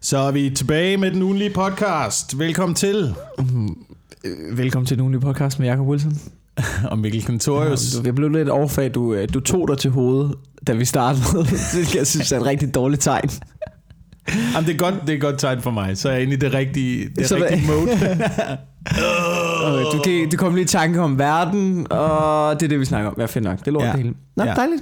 Så er vi tilbage med den ugenlige podcast. Velkommen til. Velkommen til den ugenlige podcast med Jacob Wilson. Og Mikkel Kantorius. Jeg blev lidt overfag, du tog dig til hovedet, da vi startede. Det jeg synes er et rigtig dårligt tegn. Jamen, det er et godt tegn for mig. Så er jeg inde i det rigtige mode. Okay, du kom lige i tanke om verden, og det er det, vi snakker om. Ja, fedt nok. Det lort det hele. Nå,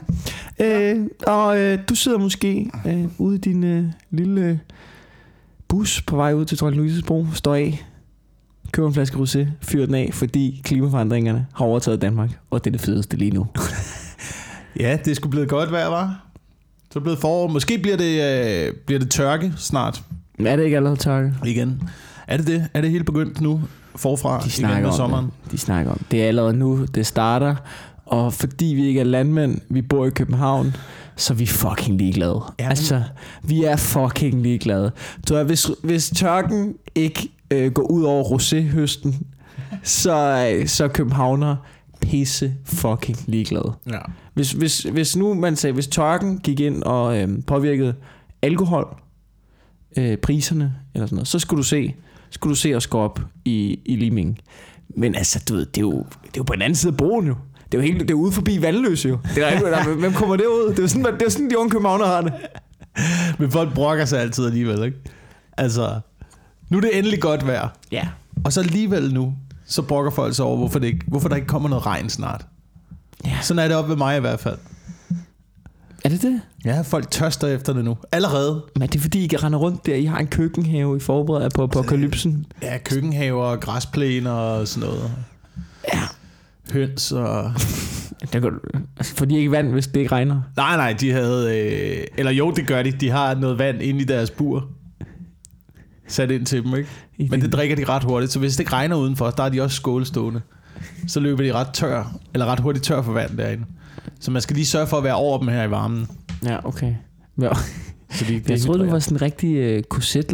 dejligt. Du sidder måske ude i din lille bus på vej ud til Dronning Louises Bro, står af, køber en flaske rosé, fyrer den af, fordi klimaforandringerne har overtaget Danmark, og det er det fedeste lige nu. Ja, det er sgu blevet godt vejr, hva'? Så er det blevet forår. Måske bliver det tørke snart. Er det ikke allerede tørke? Igen. Er det det? Er det helt begyndt nu? Forfra? De snakker om sommeren? De snakker om. Det er allerede nu, det starter. Og fordi vi ikke er landmænd, vi bor i København, så er vi fucking ligeglade. Ja, altså, vi er fucking ligeglade. Så hvis tørken ikke går ud over rosé-høsten, så københavner pisse fucking ligeglade. Ja. Hvis nu man sagde, hvis tørken gik ind og påvirkede alkohol, priserne eller sådan noget, så skulle du se os gå op i limingen. Men altså, du ved, det er jo på den anden side af broen jo. Det er jo ude forbi Vandløse jo. Hvem kommer det ud? Det er sådan de unge københavner har det. Men folk brokker sig altid alligevel, ikke? Altså, nu er det endelig godt vejr. Ja. Og så alligevel nu, så brokker folk sig over, hvorfor der ikke kommer noget regn snart. Ja. Sådan er det oppe ved mig i hvert fald. Er det det? Ja, folk tørster efter det nu. Allerede. Men det er fordi, I kan rende rundt der. I har en køkkenhave, I forbereder på apokalypsen. Ja, køkkenhaver og græsplæner og sådan noget. Ja. Høns og... For de ikke vand, hvis det ikke regner? Nej, de havde... Eller jo, det gør de. De har noget vand inde i deres bur. Sat ind til dem, ikke? Men det drikker de ret hurtigt. Så hvis det ikke regner udenfor, der er de også skålstående. Så løber de ret hurtigt tør for vand derinde. Så man skal lige sørge for at være over dem her i varmen. Ja, okay. Ja. Så jeg troede, du var sådan en rigtig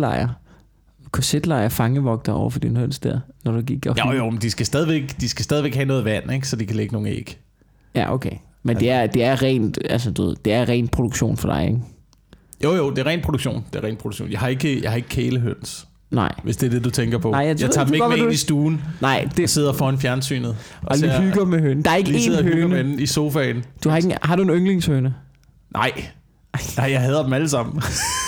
korsetlejr fangevogter over for din høns der, når du gik op. Jo, men de skal stadigvæk have noget vand, ikke, så de kan lægge nogle æg. Ja, okay. Men altså, det er rent, altså du ved, det er ren produktion for dig, ikke? Jo, det er ren produktion. Jeg har ikke kælehøns. Nej. Hvis det er det, du tænker på. Nej, jeg tager dem ikke med ind i stuen. Nej, det... og sidder foran fjernsynet. Og lige hygger med hønen. Der er ikke én høne. Med i sofaen. Har du en yndlingshøne? Nej, jeg hader dem alle sammen.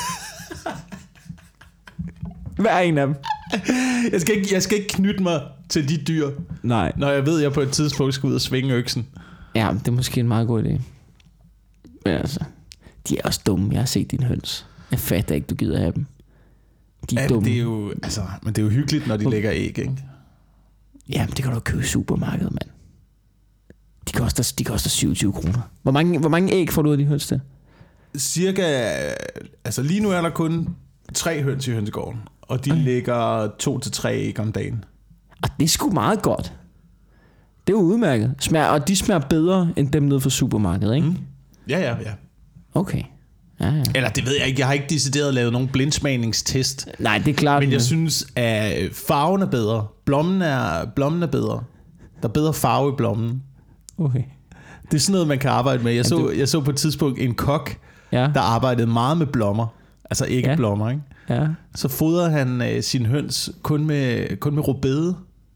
Hvad er en af dem? Jeg skal ikke knytte mig til de dyr. Nej. Når jeg ved, at jeg på et tidspunkt skal ud og svinge øksen. Ja, det er måske en meget god idé. Men altså, de er også dumme. Jeg har set dine høns. Jeg fatter ikke, du gider have dem. De er dumme. Men det er jo hyggeligt, når de lægger æg, ikke? Jamen, det kan du købe i supermarkedet, mand. De koster 27 kroner. Hvor mange æg får du ud af de høns til? Cirka... Altså, lige nu er der kun 3 høns i hønsegården. Og de lægger 2-3 æg om dagen. Og det er sgu meget godt. Det er jo udmærket. Og de smager bedre end dem nede fra supermarkedet, ikke? Ja. Okay. Ja. Eller det ved jeg ikke. Jeg har ikke decideret lavet nogen blindsmagningstest. Nej, det er klart. Men jeg synes, at farven er bedre. Blommen er bedre. Der er bedre farve i blommen. Okay. Det er sådan noget, man kan arbejde med. Jeg så på et tidspunkt en kok, der arbejdede meget med blommer. Altså ikke blommer, ikke? Ja. Så fodrede han sin høns kun med rødbede.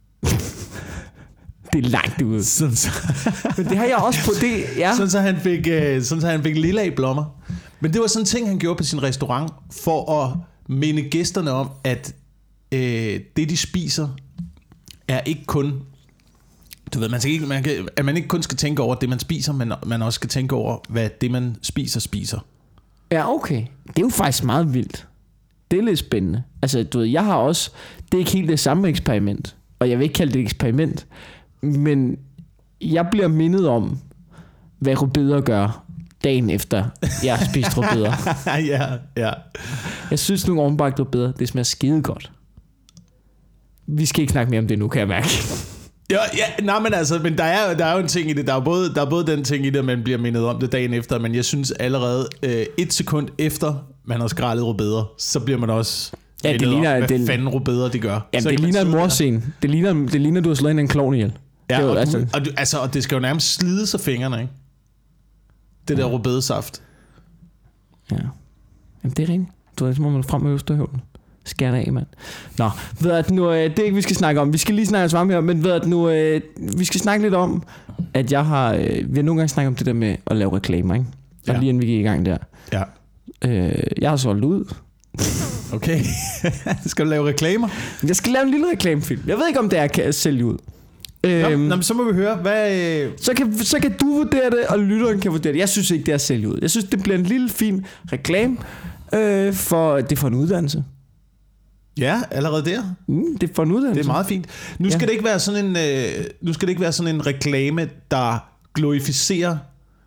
Det er langt ud. Men det har jeg også på det. Ja. Sådan så han fik lilla blommer. Men det var sådan en ting, han gjorde på sin restaurant, for at minde gæsterne om, at det, de spiser, er ikke kun... Du ved, at man ikke kun skal tænke over det, man spiser, men man også skal tænke over, hvad det, man spiser. Ja, okay. Det er jo faktisk meget vildt. Det er lidt spændende. Altså, du ved, jeg har også... Det er ikke helt det samme eksperiment. Og jeg vil ikke kalde det et eksperiment. Men jeg bliver mindet om, hvad rødbeder gør dagen efter, jeg har spist rødbeder. Ja. Jeg synes, nogle ovenbagte rødbeder, det smager skide godt. Vi skal ikke snakke mere om det nu, kan jeg mærke. Men der er jo en ting i det. Der er både den ting i det, at man bliver mindet om det dagen efter, men jeg synes allerede 1 sekund efter, man har skrællet rødbeder, så bliver man også mindet om, hvad fanden rødbeder de gør. Ja, det ligner en morscene. Det ligner, du har slået en klovn ihjel. Ja, og det skal jo nærmest slide sig fingrene, ikke? Det der rødbedesaft. Ja. Jamen, det er rent. Du ved, så må man frem med Østerhøvlen. Skær af, mand. Nå, ved at nu, det er ikke, vi skal snakke om. Vi skal lige snakke om svamp her, men ved at nu, vi skal snakke lidt om, at vi har nogle gange snakket om det der med at lave reklamer, ikke? Og lige inden vi gik i gang der. Ja. Jeg har solgt ud. Okay. Skal du lave reklamer? Jeg skal lave en lille reklamefilm. Jeg ved ikke, om det er kan sælge ud. Nå, men så må vi høre, hvad... Så kan du vurdere det, og lytteren kan vurdere det. Jeg synes ikke, det er sælge ud. Jeg synes, det bliver en lille, fin reklame, for det får en uddannelse. Ja, allerede der. Det får en uddannelse. Det er meget fint. Nu skal det ikke være sådan en, en reklame, der glorificerer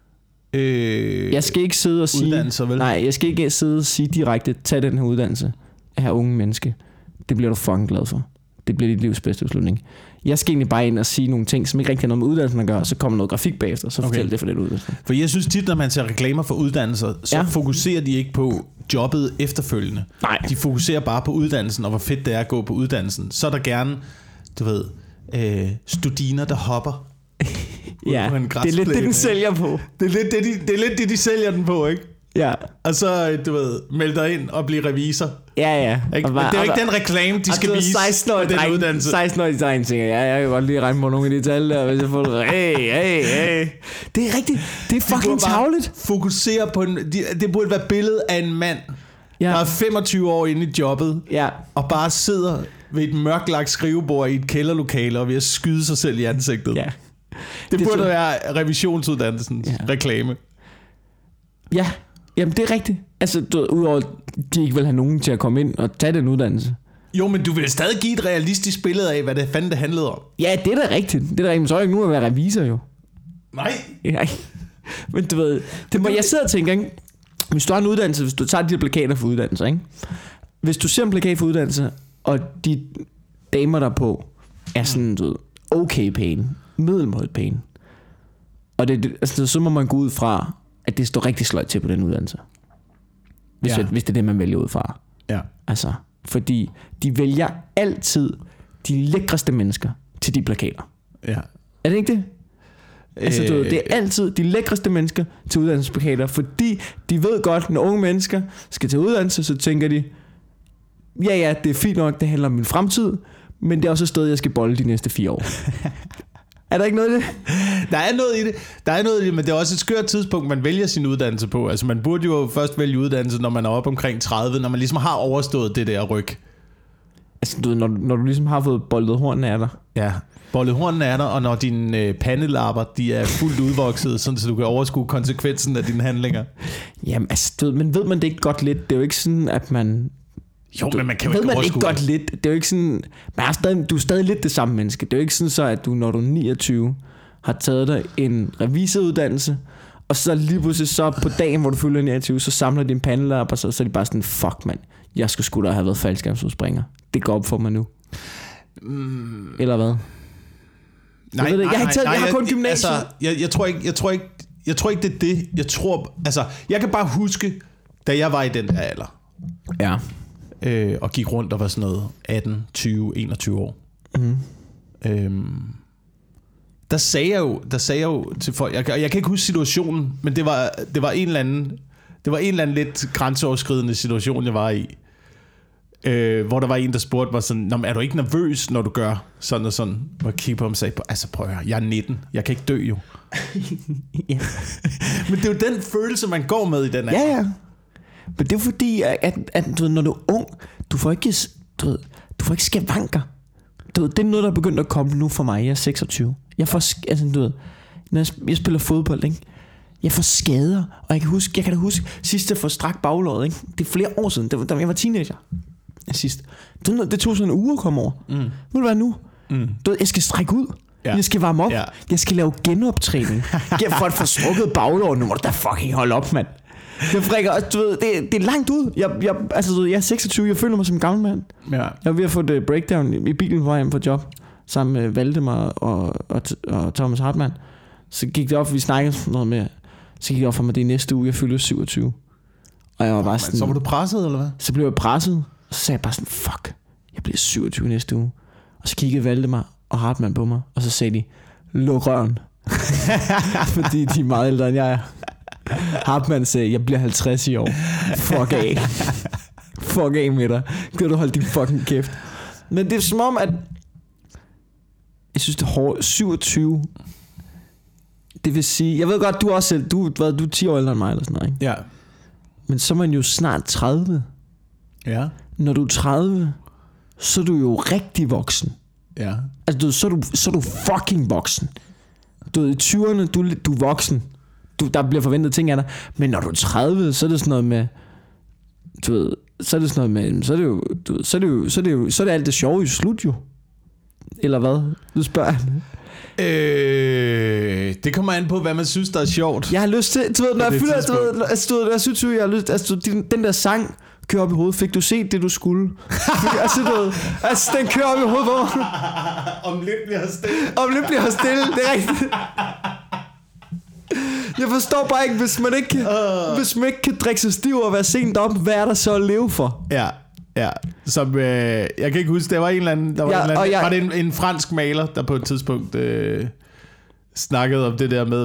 jeg skal ikke sidde og sige, vel? Nej, jeg skal ikke sidde og sige direkte, tag den her uddannelse af her unge menneske. Det bliver du fucking glad for. Det bliver dit livs bedste beslutning. Jeg skal egentlig bare ind og sige nogle ting, som ikke rigtig har noget med uddannelsen at gøre, så kommer noget grafik bagefter, så fortæl det for den uddannelse. For jeg synes tit, når man ser reklamer for uddannelser, så fokuserer de ikke på jobbet efterfølgende. Nej. De fokuserer bare på uddannelsen, og hvor fedt det er at gå på uddannelsen. Så er der gerne, du ved, studiner, der hopper. Ja, det er lidt det, den sælger på. Det er lidt det, de sælger den på, ikke? Ja. Og så, du ved, meld dig ind og blive revisor. Ja. Men det er jo ikke den reklame, de skal vise på den uddannelse. 16-årige dreng tænker, jeg kan godt lige regne på nogle af de tal der, hvis jeg får det. Hey. Det er rigtigt. Det er fucking tarveligt. Fokusere på det burde være billedet af en mand, der er 25 år inde i jobbet, og bare sidder ved et mørklagt skrivebord i et kælderlokale og ved at skyde sig selv i ansigtet. Ja. Det burde være revisionsuddannelsens reklame. Ja, jamen det er rigtigt. Altså, udover de ikke vil have nogen til at komme ind og tage den uddannelse. Jo, men du vil stadig give et realistisk billede af, hvad det fanden det handlede om. Ja, det er da rigtigt. Det er da rigtigt, men så er ikke nu at være revisor jo. Nej. Men du ved, jeg sidder og tænker, ikke? Hvis du har en uddannelse, hvis du tager de her plakater for uddannelse, ikke? Hvis du ser en plakat for uddannelse, og de damer der på er sådan, du ved, okay pæne, middelmådigt pæne, og altså, så må man gå ud fra, at det står rigtig sløjt til på den uddannelse. Hvis det er det, man vælger ud fra. Ja. Altså, fordi de vælger altid de lækreste mennesker til de plakater. Ja. Er det ikke det? Altså, det er altid de lækreste mennesker til uddannelsesplakater, fordi de ved godt, når unge mennesker skal til uddannelse, så tænker de, ja, det er fint nok, det handler om min fremtid, men det er også et sted, jeg skal bolle de næste 4 år. Er der ikke noget i det? Der er noget i det, men det er også et skørt tidspunkt, man vælger sin uddannelse på. Altså, man burde jo først vælge uddannelse, når man er oppe omkring 30, når man ligesom har overstået det der ryg. Altså, når du ligesom har fået boldet hornene af dig. Ja, boldet hornene af dig, og når dine pandelapper, de er fuldt udvokset, sådan, så du kan overskue konsekvensen af dine handlinger. Jamen, altså, men ved man det ikke godt lidt? Det er jo ikke sådan, at man... Jo, men man kan jo ikke overskue godt lidt. Det er jo ikke sådan... du er stadig lidt det samme menneske. Det er jo ikke sådan så, at du, når du er 29, har taget dig en revisoruddannelse, og så lige pludselig så på dagen, hvor du fylder 29, så samler din pandelapper, og så er de bare sådan, fuck mand, jeg skulle sgu da have været faldskærmsudspringer. Det går op for mig nu. Eller hvad? Nej, jeg har kun gymnasiet. Altså, jeg tror ikke det er det. Jeg tror, altså, jeg kan bare huske, da jeg var i den der alder. Ja. Og gik rundt og var sådan noget 18, 20, 21 år. Der sagde jeg jo til folk, jeg kan ikke huske situationen, men det var en eller anden lidt grænseoverskridende situation, jeg var i. Hvor der var en, der spurgte mig sådan, er du ikke nervøs, når du gør sådan og sådan? Og jeg kiggede på ham og sagde, altså prøv at høre, jeg er 19, jeg kan ikke dø jo. Men det er jo den følelse, man går med i den her. Ja. Men det er fordi, at du ved, når du er ung, du får ikke skavanker. Du ved, det er noget, der er begyndt at komme nu for mig. Jeg er 26. Jeg får, altså, du ved, når jeg spiller fodbold, ikke? Jeg får skader, og jeg kan da huske sidst jeg får strakt baglåret, ikke? Det er flere år siden, da jeg var teenager sidst. Det tog sådan en uge at komme over. Ved du hvad nu? Du ved, jeg skal strække ud. Ja. Jeg skal varme op. Ja. Jeg skal lave genoptræning. For at få strukket baglåret. Nu må du da fucking holde op, mand. Jeg frikker, du ved, det er langt ud. Jeg er 26, jeg føler mig som en gammel mand. Ja. Jeg var ved at få et breakdown i bilen på vej hjem på job, sammen med Valdemar og Thomas Hartmann. Så gik det op, vi snakkede noget med, så gik det op for mig, det er næste uge, jeg fylder 27. Og jeg var bare sådan... Så var du presset, eller hvad? Så blev jeg presset, og så sagde jeg bare sådan, fuck, jeg bliver 27 næste uge. Og så kiggede Valdemar og Hartmann på mig, og så sagde de, luk røven. Fordi de er meget ældre end jeg er. Hartmann sagde, jeg bliver 50 i år. Fuck af. Fuck af med dig. Kan du holde din fucking kæft. Men det er som om, at jeg synes, det er hårdt. 27. Det vil sige, jeg ved godt, du er også selv, du er 10 år ældre end mig, eller sådan noget, ikke? Ja. Men så er man jo snart 30. Ja. Når du er 30, så er du jo rigtig voksen. Ja. Altså, så er du fucking voksen. Du er i 20'erne, du er voksen. Der bliver forventet ting af dig. Men når du er 30, så er det sådan noget med, du ved, så er det alt det sjove i slut jo. Eller hvad? Du spørger. Det kommer an på, hvad man synes, der er sjovt. Jeg har lyst til, du ved, når jeg fylder, jeg har lyst, altså, den der sang kører op i hovedet. Fik du set det, du skulle? Altså, den kører op i hovedet på mig. Om lidt bliver stille. Om lidt bliver stille, det er rigtigt. Jeg forstår bare ikke, hvis man ikke kan drikke sig stiv og være sent op, hvad er der så at leve for? Ja. Som, jeg kan ikke huske, der var en eller anden, var det en fransk maler, der på et tidspunkt snakkede om det der med,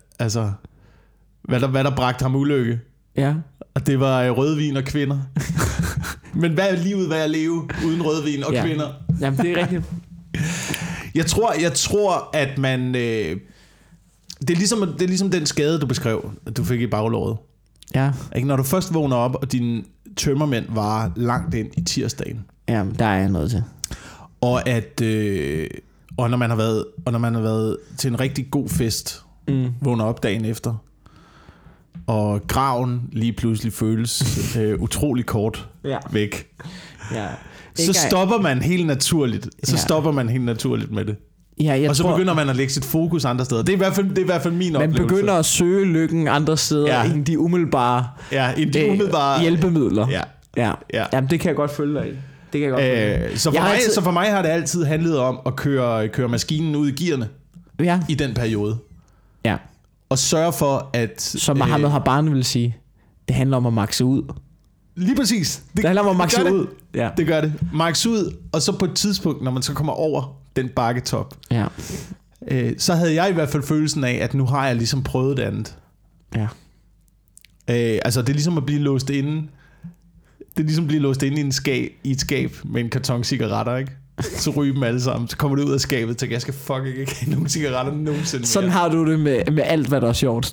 hvad der bragte ham ulykke. Ja. Og det var rødvin og kvinder. Men hvad er livet værd at leve uden rødvin og kvinder? Jamen, det er rigtigt. Jeg tror, at man... Det er ligesom den skade, du beskrev, at du fik i baglåret. Ja. Ikke? Når du først vågner op, og dine tømmermænd var langt ind i tirsdagen. Ja, der er jeg noget til. Og at når man har været til en rigtig god fest, vågner op dagen efter, og graven lige pludselig føles utrolig kort væk. Ja. Så stopper man helt naturligt. Med det. Ja, og så begynder man at lægge sit fokus andre steder. Det er i hvert fald min oplevelse. Man begynder at søge lykken andre steder end de umiddelbare, hjælpemidler. Ja. Jamen, det kan jeg godt følge dig i. Så for mig har det altid handlet om at køre maskinen ud i gearne i den periode. Ja. Og sørge for, at... Som Mohammed Habane vil sige, det handler om at makse ud. Lige præcis. Det handler om at makse ud. Ja. Det gør det. Makse ud, og så på et tidspunkt, når man så kommer over den bakketop, så havde jeg i hvert fald følelsen af, at nu har jeg ligesom prøvet det andet. Ja. Altså, det er ligesom at blive låst inde. Det er ligesom at blive låst inde i et skab med en karton cigaretter, ikke? Så ryger dem alle sammen. Så kommer du ud af skabet og tænker, jeg skal fucking ikke have nogen cigaretter nogensinde mere. Sådan har du det med alt, hvad der er sjovt.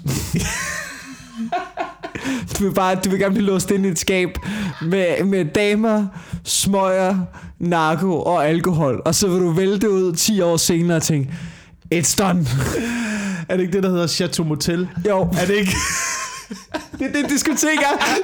Du vil gerne blive låst ind i et skab med damer, smøger, narko og alkohol. Og så vil du vælte ud 10 år senere og tænke, it's done. Er det ikke det, der hedder Chateau Motel? Jo. Er det ikke... Det er det diskotek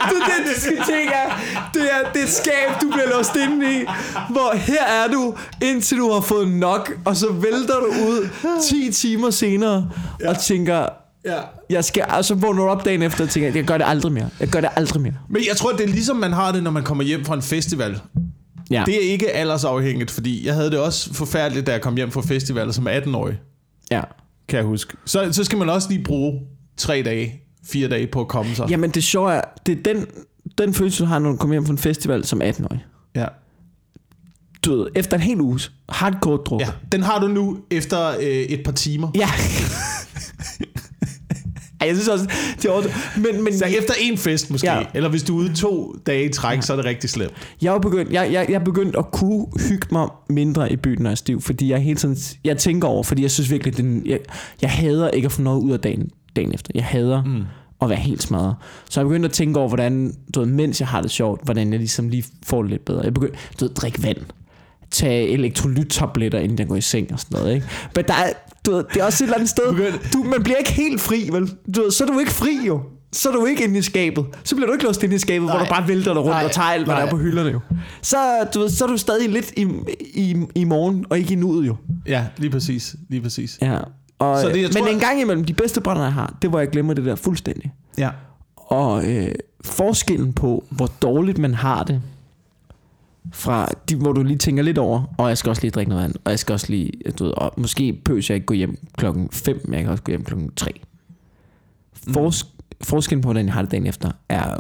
Det er et skab, du bliver låst inde i, hvor her er du, indtil du har fået nok, og så vælter du ud 10 timer senere og tænker... Ja. Så vågner du op dagen efter og tænker, jeg gør det aldrig mere. Men jeg tror, det er ligesom man har det, når man kommer hjem fra en festival. Ja. Det er ikke aldersafhængigt, fordi jeg havde det også forfærdeligt, da jeg kom hjem fra festivaler som 18-årig. Ja. Kan jeg huske. Så skal man også lige bruge 4 dage på at komme sig. Jamen det sjove er, det er den følelse, du har, når du kommer hjem fra en festival som 18-årig. Ja. Du ved, efter en hel uges hardcore druk. Ja, den har du nu efter et par timer. Ja. Jeg synes også, det er men så efter en fest måske, eller hvis du er ude 2 dage i træk, så er det rigtig slemt. Jeg er begyndt at kunne hygge mig mindre i byen, når jeg er stiv, fordi jeg hele tiden, jeg tænker over, fordi jeg synes virkelig, jeg hader ikke at få noget ud af dagen efter. Jeg hader at være helt smadret. Så jeg begyndte at tænke over, hvordan, mens jeg har det sjovt, hvordan jeg ligesom lige får det lidt bedre. Jeg begyndte at drikke vand, tage elektrolyttabletter, inden jeg går i seng og sådan noget, ikke? Men der er, det er også et eller andet sted, man bliver ikke helt fri, vel? Så er du ikke fri, jo. Så er du ikke inde i skabet. Så bliver du ikke låst inde i skabet, hvor du bare vælter dig rundt og tager alt, hvad der er på hylderne, jo. Så er du stadig lidt i morgen, og ikke i nuet, jo. Ja, lige præcis. Ja. Men en gang imellem, de bedste brænder, jeg har, det hvor jeg glemmer det der fuldstændig. Ja. Og forskellen på, hvor dårligt man har det, fra de, hvor du lige tænker lidt over, og jeg skal også lige drikke noget andet, og jeg skal også lige, og måske pøs jeg ikke gå hjem 5, men jeg kan også gå hjem 3. Forskellen på, hvordan jeg har det dagen efter, er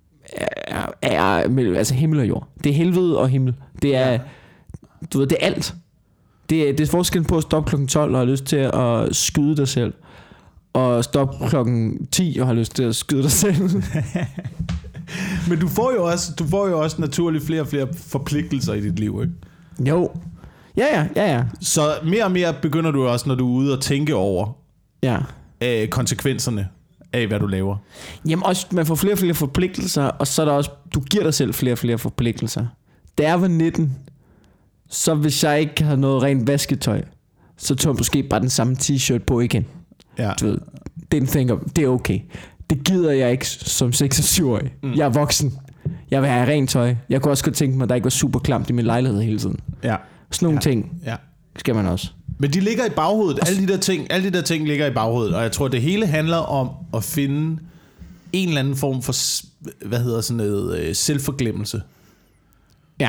altså himmel og jord. Det er helvede og himmel. Det er, det er alt. Det er forskellen på at stoppe klokken 12 og have lyst til at skyde dig selv, og stoppe klokken 10 og have lyst til at skyde dig selv. Men du får jo også naturligt flere og flere forpligtelser i dit liv, ikke? Jo. Ja. Så mere og mere begynder du også, når du er ude og tænke over konsekvenserne af, hvad du laver. Jamen også, man får flere og flere forpligtelser, og så er der også, du giver dig selv flere og flere forpligtelser. Da jeg var 19, så hvis jeg ikke havde noget rent vasketøj, så tog jeg måske bare den samme t-shirt på igen. Ja. Du ved, det er okay. Det gider jeg ikke som 26-årig. Jeg er voksen. Jeg vil have rent tøj. Jeg kunne også godt tænke mig, at der ikke var super klamt i min lejlighed hele tiden. Ja. Sådan nogle ting skal man også. Men de ligger i baghovedet. Alle de der ting ligger i baghovedet. Og jeg tror, det hele handler om at finde en eller anden form for, selvforglemmelse. Ja.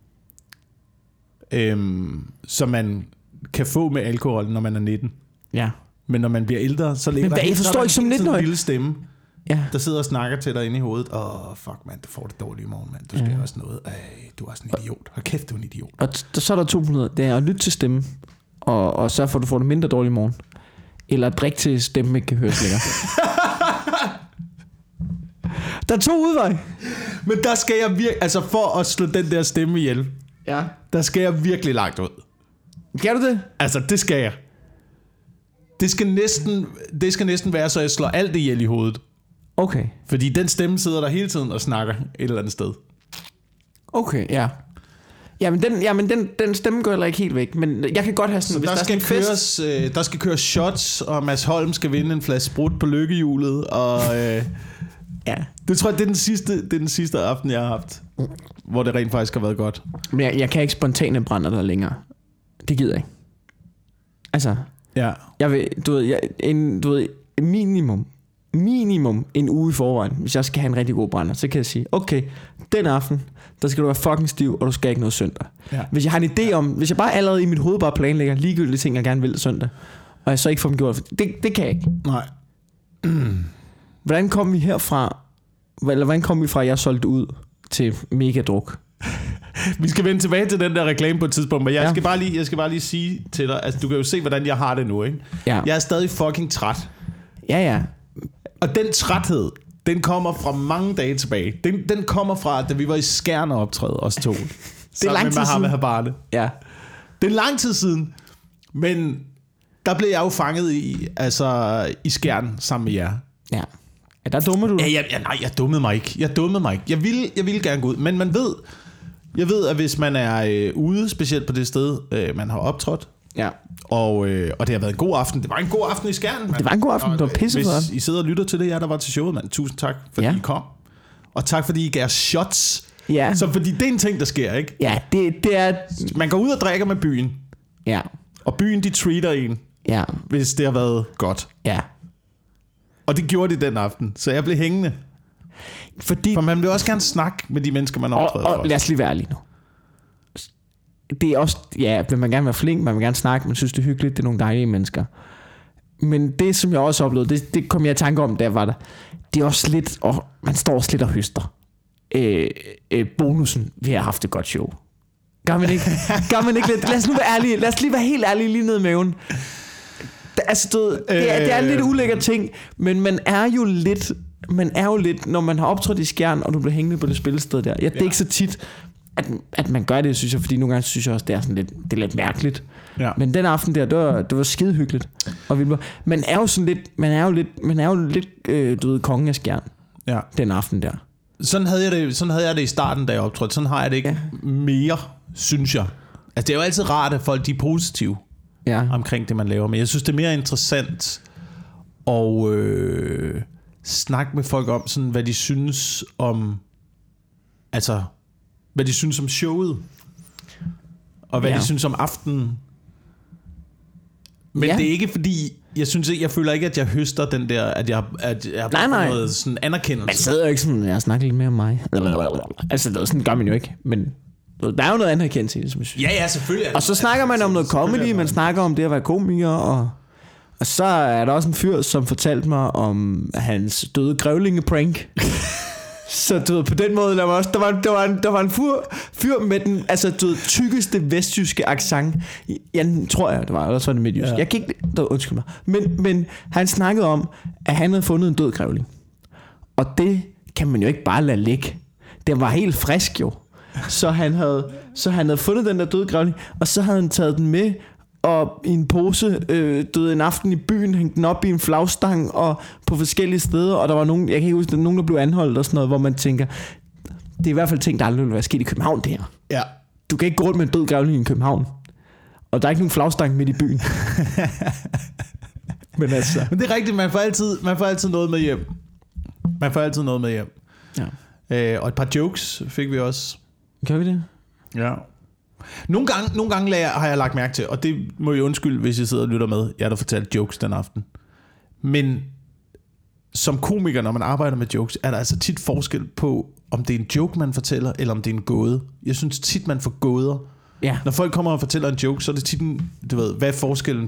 Som man kan få med alkohol, når man er 19. Ja. Men når man bliver ældre, så ligger jeg forstår ikke som 19-årig. En lille stemme, der sidder og snakker til dig inde i hovedet. Fuck mand, du får det dårligt i morgen, mand. Du skal også noget. Du er også en idiot. Hold kæft, du er en idiot. Og så er der 2 muligheder. Det er at lytte til stemmen, og så får du får det mindre dårligt i morgen. Eller at drikke til stemmen ikke kan høres længere. Der er 2 udveje. Men der skal jeg virkelig, altså for at slå den der stemme ihjel, der skal jeg virkelig langt ud. Kan du det? Altså, det skal jeg. Det skal næsten være, så jeg slår alt det ihjel i hovedet. Okay. Fordi den stemme sidder der hele tiden og snakker et eller andet sted. Okay, ja. Jamen den stemme går heller ikke helt væk. Men jeg kan godt have sådan, der skal køres shots, og Mads Holm skal vinde en flaske sprut på lykkehjulet. Og det tror jeg, det er den sidste aften, jeg har haft, hvor det rent faktisk har været godt. Men jeg kan ikke spontane brænde der længere. Det gider jeg ikke. Altså, jeg vil, du ved, minimum en uge i forvejen, hvis jeg skal have en rigtig god brænder, så kan jeg sige, okay, den aften, der skal du være fucking stiv, og du skal ikke noget søndag. Hvis jeg har en idé om, hvis jeg bare allerede i mit hoved bare planlægger ligegyldige ting, jeg gerne vil søndag, og jeg så ikke får dem gjort, det kan jeg ikke. Nej. Hvordan kom vi herfra, eller hvordan kom vi fra, at jeg solgte ud til megadruk? Vi skal vende tilbage til den der reklame på et tidspunkt, men jeg skal bare lige sige til dig, altså du kan jo se, hvordan jeg har det nu, ikke? Ja. Jeg er stadig fucking træt. Ja. Og den træthed, den kommer fra mange dage tilbage. Den kommer fra, da vi var i Skjern og optræde, os 2. Det er lang tid siden. Ja. Det er lang tid siden, men der blev jeg jo fanget i Skjern sammen med jer. Ja, der dummer du. Nej, jeg dummede mig ikke. Jeg ville gerne gå ud, men jeg ved, at hvis man er ude, specielt på det sted, man har optrådt, og det har været en god aften. Det var en god aften i Skjern. Det var en god aften, det var pissefedt. Hvis I sidder og lytter til det, der var til showet, mand. Tusind tak, fordi I kom. Og tak, fordi I gav shots. Ja. Så fordi det er en ting, der sker, ikke? Ja, det er... Man går ud og drikker med byen. Ja. Og byen, de treater en. Ja. Hvis det har været godt. Ja. Og det gjorde de den aften. Så jeg blev hængende. For man vil også gerne snakke med de mennesker, man optræder for. Og lad os lige være ærlige nu. Det er også, vil man gerne være flink, man vil gerne snakke, man synes det er hyggeligt, det er nogle dejlige mennesker. Men det som jeg også oplevede, det kom jeg i tanke om, da jeg var der, det er også lidt, og man står også lidt og høster. Bonusen, vi har haft et godt show. Gør man ikke lidt? Lad os nu være ærlige, lad os lige være helt ærlige lige ned i maven. Altså, det er en lidt ulækker ting, men man er jo lidt, når man har optrådt i Skjern, og du bliver hængende på det spillested der. Det er ikke så tit, at man gør det, synes jeg, fordi nogle gange synes jeg også, det er sådan lidt, det er lidt mærkeligt. Ja. Men den aften der, det var skide hyggeligt. Og man er jo lidt, du ved, kongen af Skjern. Ja. Den aften der. Sådan havde jeg det i starten, da jeg optrådte. Sådan har jeg det ikke mere, synes jeg. Altså, det er jo altid rart, at folk de er positive omkring det, man laver. Men jeg synes, det er mere interessant at snakke med folk om, sådan, hvad de synes om... Altså, hvad de synes om showet. Og hvad de synes om aftenen. Men det er ikke fordi... Jeg føler ikke, at jeg høster den der, at jeg har noget sådan anerkendelse. Man sidder jo ikke sådan, jeg snakker lidt mere om mig. Altså, sådan gør man jo ikke. Men der er jo noget anerkendelse i det, som jeg synes. Ja, selvfølgelig. Og så snakker man om noget comedy, man snakker om det at være komiker, og så er der også en fyr, som fortalte mig om hans døde grævlinge-prank. Så du ved, på den måde der var en fyr med den tykkeste vestjyske accent. Jeg tror det var, eller så var det midtjysk. Ja. Jeg kan ikke, undskyld mig. Men han snakkede om, at han havde fundet en død grævling. Og det kan man jo ikke bare lade ligge. Den var helt frisk jo. Så han havde fundet den der døde grævling, og så havde han taget den med og i en pose døde en aften i byen, hængte den op i en flagstang og på forskellige steder, og der var nogen, jeg kan ikke huske, nogen der blev anholdt og sådan noget, hvor man tænker, det er i hvert fald ting, der aldrig vil være sket i København, det her. Ja. Du kan ikke gå rundt med en død grævling i København, og der er ikke nogen flagstang midt i byen. Men det er rigtigt, man får altid noget med hjem. Ja. Og et par jokes fik vi også. Gør vi det? Ja. Nogle gange har jeg lagt mærke til, og det må jeg undskylde, hvis jeg sidder og lytter med, jeg har da fortalt jokes den aften. Men som komiker, når man arbejder med jokes, er der altså tit forskel på, om det er en joke, man fortæller, eller om det er en gåde. Jeg synes tit, man får gåder. Ja. Når folk kommer og fortæller en joke, så er det tit, du ved, hvad er forskellen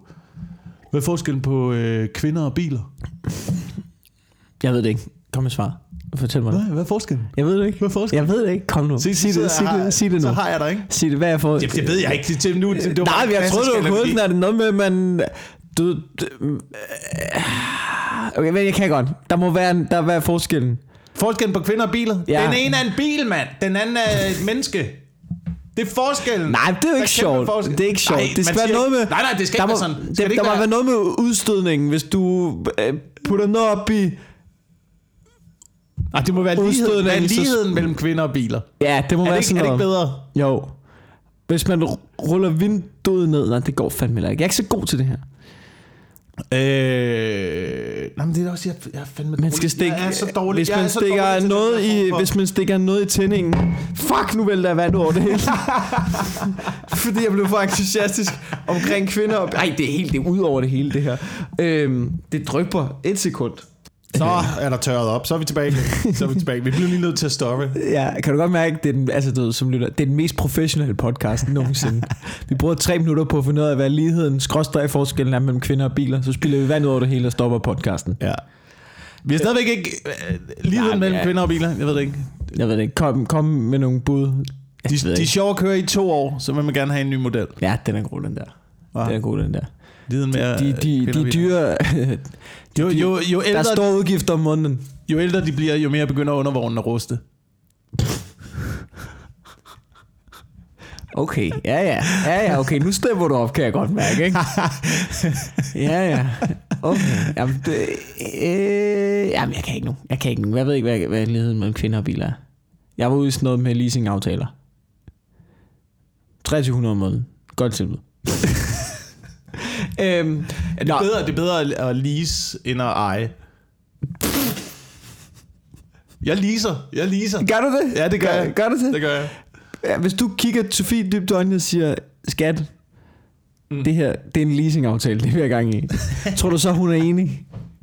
på kvinder og biler? Jeg ved det ikke. Kom med svar. Fortæl mig det. Hvad er forskellen? Jeg ved det ikke. Hvad er forskellen? Jeg ved det ikke. Kom nu. Sig det nu. Så har jeg dig, ikke? Sig det. Hvad er forskellen? Det ved jeg ikke. Det nej, jeg troede, det var koden. Er det noget med, man... Okay, men jeg kan godt. Der må være forskellen. Forskellen på kvinder og biler? Ja. Den ene er en bil, mand. Den anden er et menneske. Det er forskellen. Nej, det er jo ikke sjovt. Det er ikke sjovt. Det skal være noget med... Nej, det skal ikke være sådan. Der må være noget med udstødningen, hvis du putter noget op i... Det må være ligheden mellem kvinder og biler. Ja, det må være sådan noget. Er det ikke bedre? Jo. Hvis man ruller vinduet ned... Nej, det går fandme ikke. Jeg er ikke så god til det her. Nej, men det er også... Jeg er fandme man skal stikke, jeg er så dårlig. Hvis man stikker noget i tændingen... Fuck, nu vælter jeg vand over det hele. Fordi jeg blev for entusiastisk omkring kvinder. Nej, det er ud over det hele, det her. Det drypper 1 sekund. Så er der tørret op. Så er vi tilbage. Vi bliver lige nødt til at stoppe. Ja, kan du godt mærke, det er den, som lytter, det er den mest professionelle podcast nogensinde. Vi bruger 3 minutter på at finde ud af, hvad ligheden, forskellen er mellem kvinder og biler. Så spiller vi vand ud over det hele og stopper podcasten. Ja. Vi har stadigvæk ikke ligheden mellem kvinder og biler. Jeg ved det ikke. Kom med nogle bud. De er sjove at køre i 2 år, så vil man gerne have en ny model. Ja, den er god, den der. Den er god, den der. De dyre... jo ældre, der er store udgifter om måneden. Jo ældre de bliver, jo mere begynder undervognen at ruste. Okay, ja, okay, nu stemmer du op, kan jeg godt mærke, ikke? Ja, okay. Jamen, jeg kan ikke nu. Jeg ved ikke, hvad ligheden mellem kvinder og biler er. Jeg var ude i sådan noget med leasingaftaler. 2300 om måneden. Godt tilbud. Det er bedre at lease end at eje. Jeg leaser. Gør du det? Ja, det gør jeg. Gør du det? Det gør jeg. Ja, hvis du kigger Sofie dybt i øjnene og siger, skat, det her, det er en leasingaftale, det vil jeg gang i. Tror du så, hun er enig?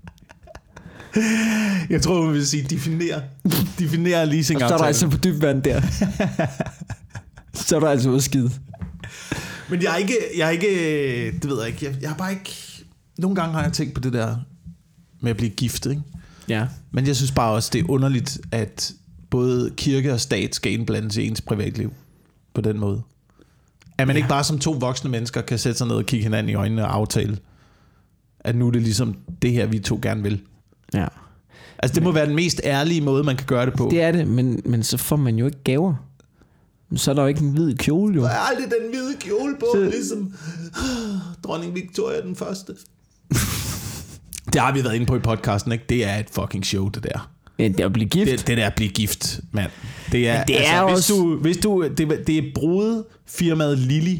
Jeg tror, hun vil sige, definere leasingaftale. Og så er der altså på dybt vand der. Så er der altså udskidt. Men jeg er ikke, det ved jeg ikke, jeg har bare ikke, nogle gange har jeg tænkt på det der med at blive gift, ikke? Ja. Men jeg synes bare også, det er underligt, at både kirke og stat skal indblandes i ens privatliv på den måde. At man ikke bare som 2 voksne mennesker kan sætte sig ned og kigge hinanden i øjnene og aftale, at nu er det ligesom det her, vi 2 gerne vil. Ja. Altså det må være den mest ærlige måde, man kan gøre det på. Det er det, men så får man jo ikke gaver. Så er der jo ikke en hvid kjole, jo. Der er aldrig den hvide kjole på, ligesom dronning Victoria den første. Det har vi været inde på i podcasten, ikke? Det er et fucking show, det der. Ja, det er at blive gift. Det der at blive gift, mand. Det er, det er også... Hvis du det er brudefirmaet Lily,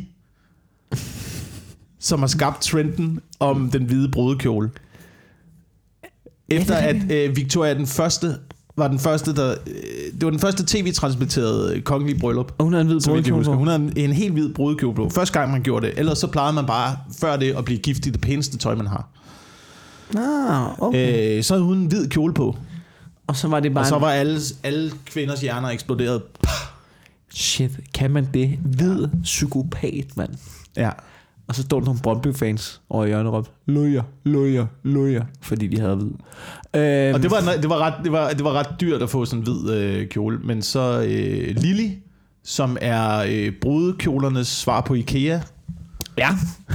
som har skabt trenden om den hvide brudekjole. Efter at Victoria den første var den første, det var den første tv-transmitterede kongelige bryllup. Og hun havde en hvid brudekjole. Hun havde en helt hvid brudekjole på. Første gang man gjorde det. Ellers så plejede man bare før det at blive gift i det pæneste tøj, man har. Okay. Så havde hun en hvid kjole på. Og så var det bare... Og så var alle kvinders hjerner eksploderet. Shit, kan man det? Hvid psykopat, mand. Ja. Og så stod der nogle Brøndby-fans over i hjørnet og råbte, løjer, fordi de havde hvid. Og det var ret dyrt at få sådan en hvid kjole. Men så Lily, som er brudekjolernes svar på IKEA. Ja.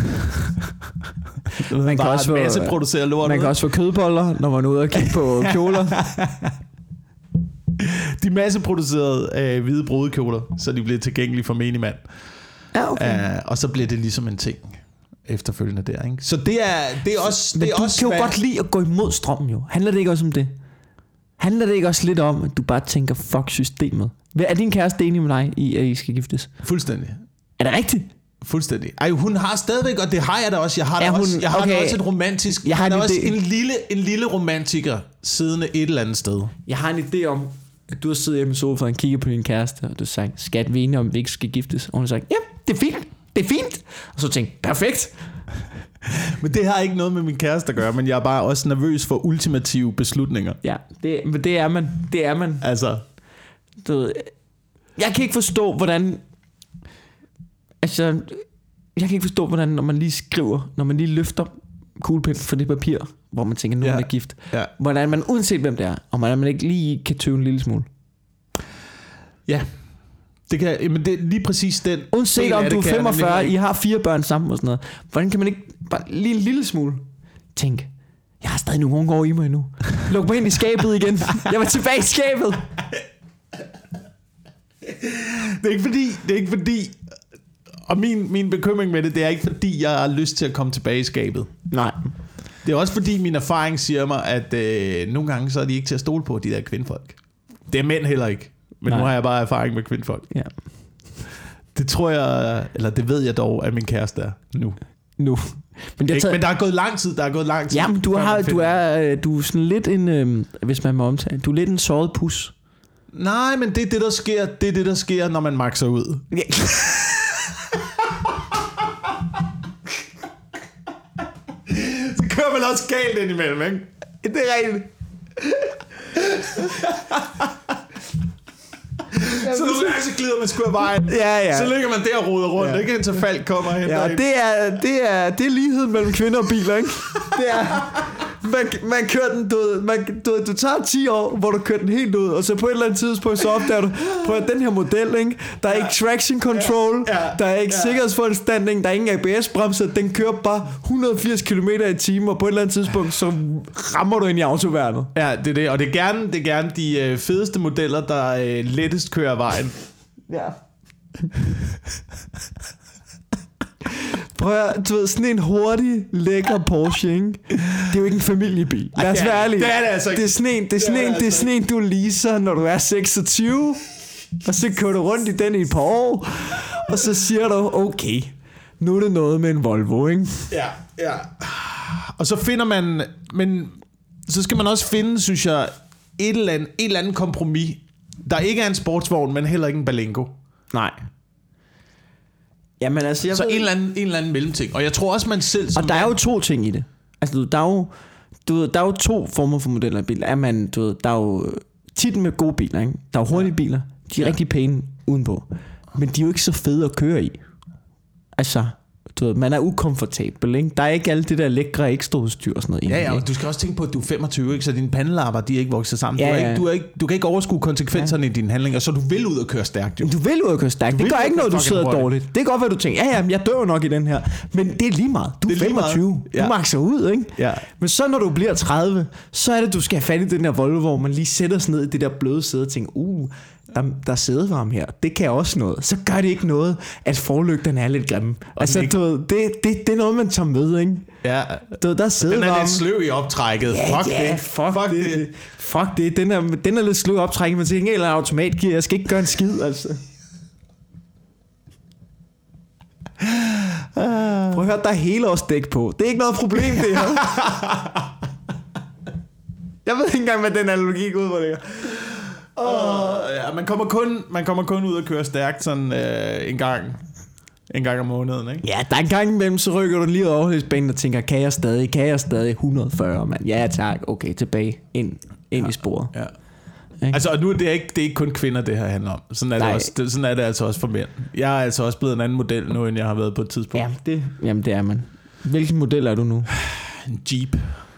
Man kan også masseproducere lort. Man kan også få kødboller, når man er ude og kigge på kjoler. De masseproducerede hvide brudekjoler, så de blev tilgængelige for menig mand. Ja, okay. Og så blev det ligesom en ting efterfølgende der, ikke? Så det er også... Men det er du også kan jo godt lide at gå imod strømmen jo. Handler det ikke også om det? Handler det ikke også lidt om, at du bare tænker, fuck systemet? Er din kæreste enig med dig i, at I skal giftes? Fuldstændig. Er det rigtigt? Fuldstændig. Ej, hun har stadigvæk, og det har jeg da også. Jeg har da også et romantisk... Jeg har da også en lille romantiker siddende et eller andet sted. Jeg har en idé om, at du har siddet hjemme i sofaen og kigget på din kæreste, og du har sagt, skat, vi er enige om, vi ikke skal giftes. Og hun har sagt, ja, det er fint. Det er fint. Og så tænkte perfekt. Men det har ikke noget med min kæreste at gøre, men jeg er bare også nervøs for ultimative beslutninger. Ja, det er man. Det er man. Altså... Du ved, jeg kan ikke forstå, hvordan... Altså, jeg kan ikke forstå, hvordan når man lige skriver, når man lige løfter kuglepinden fra det papir, hvor man tænker, nu er gift. Ja. Hvordan man, uanset hvem det er, og hvordan man ikke lige kan tøve en lille smule. Ja. Det kan, men det er lige præcis den. Uanset om du er 45, I har 4 børn sammen og sådan noget. Hvordan kan man ikke bare lige en lille smule tænke, jeg har stadig nogle unge år i mig endnu. Luk mig ind i skabet igen. Jeg var tilbage i skabet. Det er ikke fordi og min bekymring med det er ikke fordi jeg har lyst til at komme tilbage i skabet. Nej. Det er også fordi min erfaring siger mig at nogle gange så er de ikke til at stole på, de der kvindfolk. Det er mænd heller ikke. Men nu har jeg bare erfaring med kvindfolk. Ja. Det tror jeg, eller det ved jeg dog, at min kæreste er nu. Men der er gået lang tid. Jamen du er sådan lidt en hvis man må omtale, du er lidt en såret pus. Nej, men det er det der sker, når man makser ud. Ja. Så kører man også galt indimellem, ikke? Det er rigtigt. Så nogle gange så glider man sgu af vejen. Ja. Så ligger man der og roder rundt, ikke? Indtil Falk kommer hen. Ja, det er ligheden mellem kvinder og biler, ikke? Det er... Man kører den, du tager 10 år, hvor du kører den helt ud, og så på et eller andet tidspunkt, så opdager du, prøv at den her model, ikke? Der er ikke traction control, der er ikke sikkerhedsforanstaltning, der er ingen ABS-bremser, den kører bare 180 km/t, og på et eller andet tidspunkt, så rammer du ind i autoværnet. Ja, det er det, og det er gerne de fedeste modeller, der lettest kører vejen. Ja. Prøv at, du ved, sådan en hurtig, lækker Porsche, ikke? Det er jo ikke en familiebil. Lad os være ærlige. Det er det altså ikke. Det er sådan en, du leaser, når du er 26. Og så kører du rundt i den i et par år. Og så siger du, okay, nu er det noget med en Volvo, ikke? Ja. Og så finder man... Men så skal man også finde, synes jeg, et eller andet kompromis. Der ikke er en sportsvogn, men heller ikke en Berlingo. Nej. Jamen altså, så en eller anden mellemting. Og jeg tror også man selv. Og der er jo 2 ting i det. Altså der er jo 2 former for modeller af biler. Der er jo tit med gode biler, ikke? Der er jo hurtige biler. De er rigtig pæne udenpå. Men de er jo ikke så fede at køre i. Altså, man er ukomfortabel, ikke? Der er ikke alt det der lækre ekstra udstyr og sådan noget. Ja, og du skal også tænke på, at du er 25, ikke? Så dine pandelapper, de er ikke vokset sammen. Du kan ikke overskue konsekvenserne i dine handlinger, så du vil ud og køre stærkt. Jo. Du vil ud og køre stærkt. Det gør ikke noget, du sidder dårligt. Det er godt, hvad du tænker. Ja, jeg dør nok i den her. Men det er lige meget. Du er 25. Du makser ud, ikke? Ja. Men så når du bliver 30, så er det, du skal have fat i den der Volvo, hvor man lige sætter sig ned i det der bløde sæde og tænker, der er sædevarme her. Det kan også noget. Så gør det ikke noget, at forlygterne er lidt grimme. Altså, det er noget, man tager med, ikke? Ja. Der er sædevarme. Den er lidt sløv i optrækket. Fuck det. Den er lidt sløv i optrækket, men til en eller anden automatgear. Jeg skal ikke gøre en skid, altså. Prøv at høre, der er helårsdæk på. Det er ikke noget problem, det her. Jeg ved ikke engang, hvad den analogi går ud på, det her. Ja, man kommer kun ud og køre stærkt sådan en gang om måneden, ikke? Ja, der er en gang imellem, så rykker du lige over overhedsbanen og tænker, kan jeg stadig 140, mand? Ja tak, okay, tilbage ind i sporet. Ja. Altså, og nu det er ikke kun kvinder, det her handler om. Sådan er det altså også for mænd. Jeg er altså også blevet en anden model nu, end jeg har været på et tidspunkt. Ja, det er man. Hvilken model er du nu? En Jeep.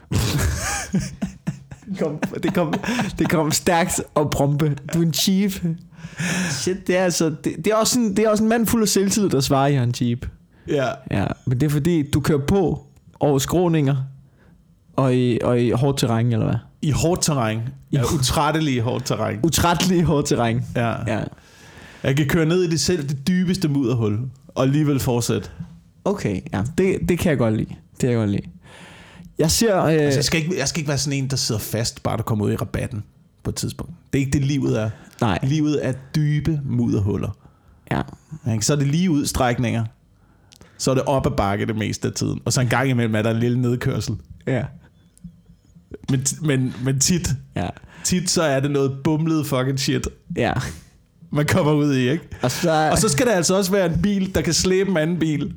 Det kom stærkt og prompe. Du er en Jeep. Shit, det er altså det er også en mand fuld af selvtillid, der svarer, jeg er en Jeep. Ja, men det er fordi du kører på over skråninger og i hårdt terræn, eller hvad? I hårdt terræn. Ja, utrættelige hårdt terræn. Utrættelige hårdt terræn. Ja. Jeg kan køre ned i det dybeste mudderhul, og alligevel fortsætte. Okay, ja. Det kan jeg godt lide. Jeg ser... Altså, jeg skal ikke være sådan en, der sidder fast, bare der kommer ud i rabatten på et tidspunkt. Det er ikke det, livet er. Nej. Livet er dybe mudderhuller. Ja. Så er det lige udstrækninger. Så er det op ad bakke det meste af tiden. Og så en gang imellem er der en lille nedkørsel. Ja. Men tit så er det noget bumlet fucking shit. Ja. Man kommer ud i, ikke? Og så skal der altså også være en bil, der kan slæbe en anden bil.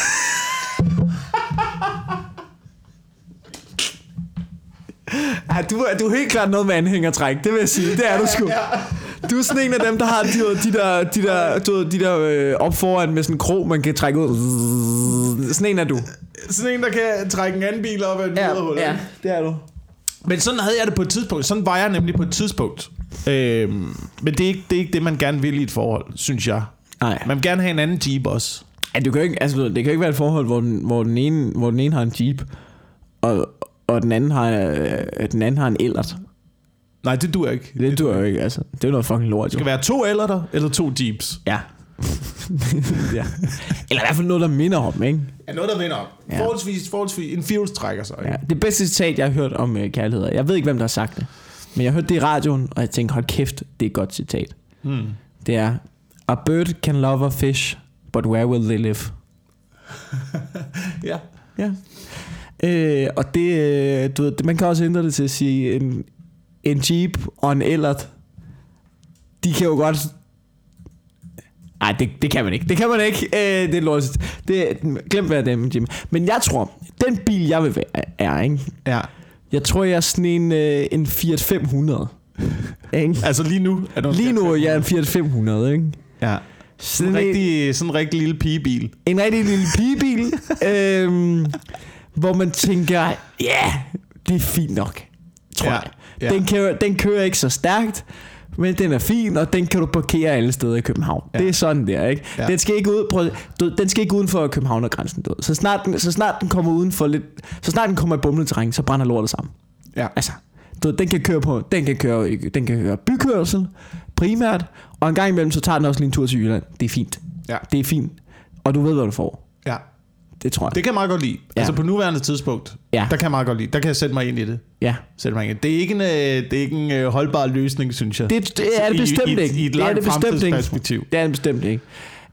Ja, du er helt klart noget med anhængertræk, det vil jeg sige. Det er du sgu. Du er sådan en af dem, der har de der op foran med sådan en krog, man kan trække ud. Sådan en er du. Sådan en, der kan trække en anden bil op af et mudderhul. Ja, det er du. Men sådan havde jeg det på et tidspunkt. Sådan var jeg nemlig på et tidspunkt. Men det er ikke det, man gerne vil i et forhold, synes jeg. Nej. Man vil gerne have en anden Jeep også. Ja, det kan jo ikke være et forhold, hvor den ene har en Jeep, og den anden har en Ellert. Nej, det duer ikke. Det duer jo ikke, altså. Det er noget fucking lort. Det skal være 2 Ellerter eller 2 Jeeps. Ja. Ja. Eller i hvert fald noget, der minder om, ikke? Ja, noget, der minder om. Ja. Forholdsvis en fjolstrækker sig. Ja. Det bedste citat, jeg har hørt om kærlighed. Jeg ved ikke, hvem der har sagt det. Men jeg hørte det i radioen, og jeg tænkte, hold kæft, det er et godt citat. Det er: A bird can love a fish, but where will they live? Ja. Ja. Og det, du ved, man kan også ændre det til at sige, en Jeep og en Ellert, de kan jo godt... Nej, det kan man ikke. Det kan man ikke. Det er lort. Glem hvad det er med Jim. Men jeg tror, den bil jeg vil være, ikke? Ja. Jeg tror, jeg er sådan en Fiat 500. Ikke? Altså lige nu? Lige nu er jeg en Fiat 500, ikke? Ja. Sådan en rigtig lille pigebil. En rigtig lille pigebil. Hvor man tænker, ja, det er fint nok, tror jeg. Ja. Den kører ikke så stærkt, men den er fin, og den kan du parkere alle steder i København. Ja. Det er sådan der, ikke? Ja. Den skal ikke uden for Københavnergrænsen. Så snart den kommer uden for lidt, så snart den kommer i bumlet terræn, så brænder lortet sammen. Ja. Altså, den kan køre bykørsel primært, og en gang imellem så tager den også lige en tur til Jylland. Det er fint. Ja. Det er fint. Og du ved hvad du får. Ja. Det tror jeg. Det kan jeg meget godt lide. Ja. Altså på nuværende tidspunkt, der kan jeg meget godt lide. Der kan jeg sætte mig ind i det. Ja. Sætte mig ind. Det er ikke en holdbar løsning, synes jeg. Det er det bestemt ikke. I et langt fremtidsperspektiv. Det er det bestemt ikke.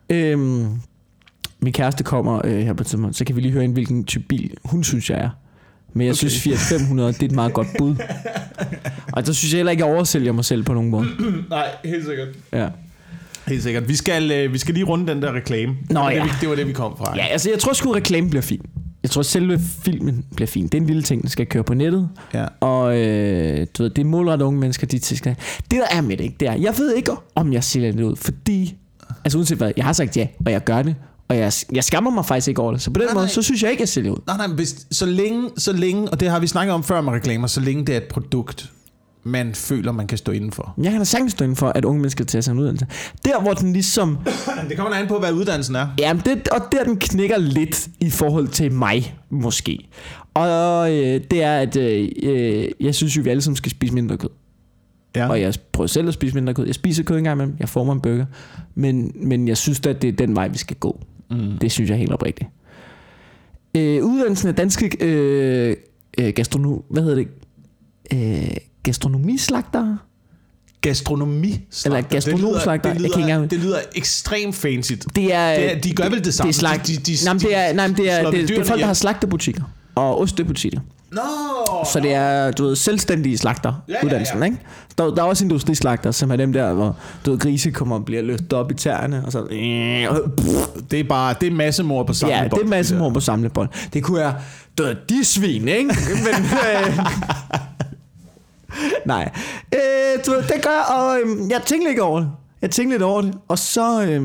Min kæreste kommer her på tidspunkt, så kan vi lige høre hvilken type bil hun synes, jeg er. Men jeg synes Fiat 500, det er et meget godt bud. Og så synes jeg heller ikke, jeg oversælger mig selv på nogen måde. Nej, helt sikkert. Ja. Helt sikkert. Vi skal lige runde den der reklame. Det var det, vi kom fra. Ja, altså jeg tror sgu, reklame bliver fin. Jeg tror selve filmen bliver fin. Det er en lille ting, der skal køre på nettet. Ja. Og du ved, det er målrettet unge mennesker, de skal. Det der er med det, ikke? Det er, jeg ved ikke, om jeg sælger det ud, fordi, altså uanset hvad, jeg har sagt ja, og jeg gør det. Og jeg skammer mig faktisk ikke over det. Så på den måde, så synes jeg ikke, jeg sælger ud. Nej, så længe, og det har vi snakket om før med reklamer, så længe det er et produkt, man føler, man kan stå indenfor. Jeg kan da sagtens stå indenfor, at unge mennesker tager sig en uddannelse. Der, hvor den ligesom... Det kommer an på, hvad uddannelsen er. Ja, og der den knækker lidt i forhold til mig, måske. Og det er, at jeg synes jo, vi alle sammen skal spise mindre kød. Ja. Og jeg prøver selv at spise mindre kød. Jeg spiser kød en gang imellem. Jeg får mig en burger. Men jeg synes at det er den vej, vi skal gå. Det synes jeg helt oprigtigt. Uddannelsen af danske gastronomislagtere. Gastronomislagter. Eller gastronomslagter. Det lyder ekstremt fancy. De gør vel det samme. Det er folk, der har slagterbutikker og ostebutikker. No. Så det er, du ved, selvstændige slagter uddannelsen, ikke? Der er også industrislagter, som er dem der, hvor du ved, grise kommer og bliver løftet op i tæerne og så. Det er massemord på samlebånd. Ja, det er massemord på samlebånd. Det kunne være, du ved, de svin, ikke? Men nej. Du ved, det gør, og jeg tænkte lidt over det. Og så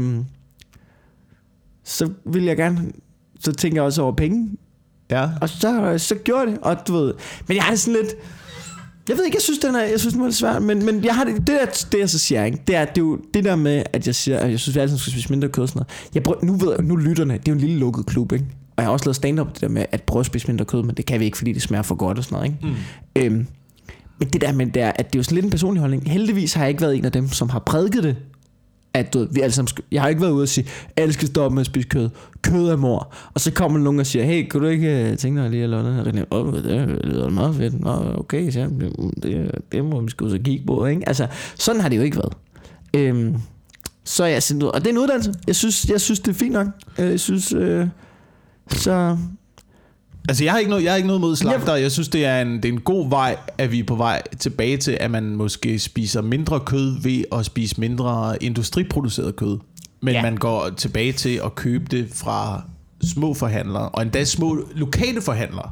vil jeg gerne, så tænker jeg også over penge. Ja. Og så gjorde det, og du ved, men jeg har det sådan lidt, jeg ved ikke, jeg synes den var lidt svært, men jeg har det jeg så siger, ikke? Det er jo det der med, at jeg siger, at jeg synes vi alle sammen skal spise mindre kød og sådan noget. Nu lytterne, det er jo en lille lukket klub, ikke? Og jeg har også lavet stand-up det der med at prøve at spise mindre kød, men det kan vi ikke, fordi det smager for godt og sådan noget, ikke? Men det der med det er, at det er jo sådan lidt en personlig holdning. Heldigvis har jeg ikke været en af dem, som har prædiket det. At du ved, vi alle sammen jeg har ikke været ude og sige, alle skal stoppe med at spise kød. Kød er mor. Og så kommer nogen og siger, hey, kunne du ikke tænke dig lige at lave noget? Og det lyder meget fedt. Nå, okay, så det må vi sgu så kigge på, ikke? Altså, sådan har det jo ikke været. Så er jeg sendt ud. Og det er en uddannelse. Jeg synes det er fint nok. Jeg synes, så... Altså, jeg har ikke noget mod slagter. Jeg synes, det er en god vej, at vi er på vej tilbage til, at man måske spiser mindre kød ved at spise mindre industriproduceret kød. Men man går tilbage til at købe det fra små forhandlere, og endda små lokale forhandlere.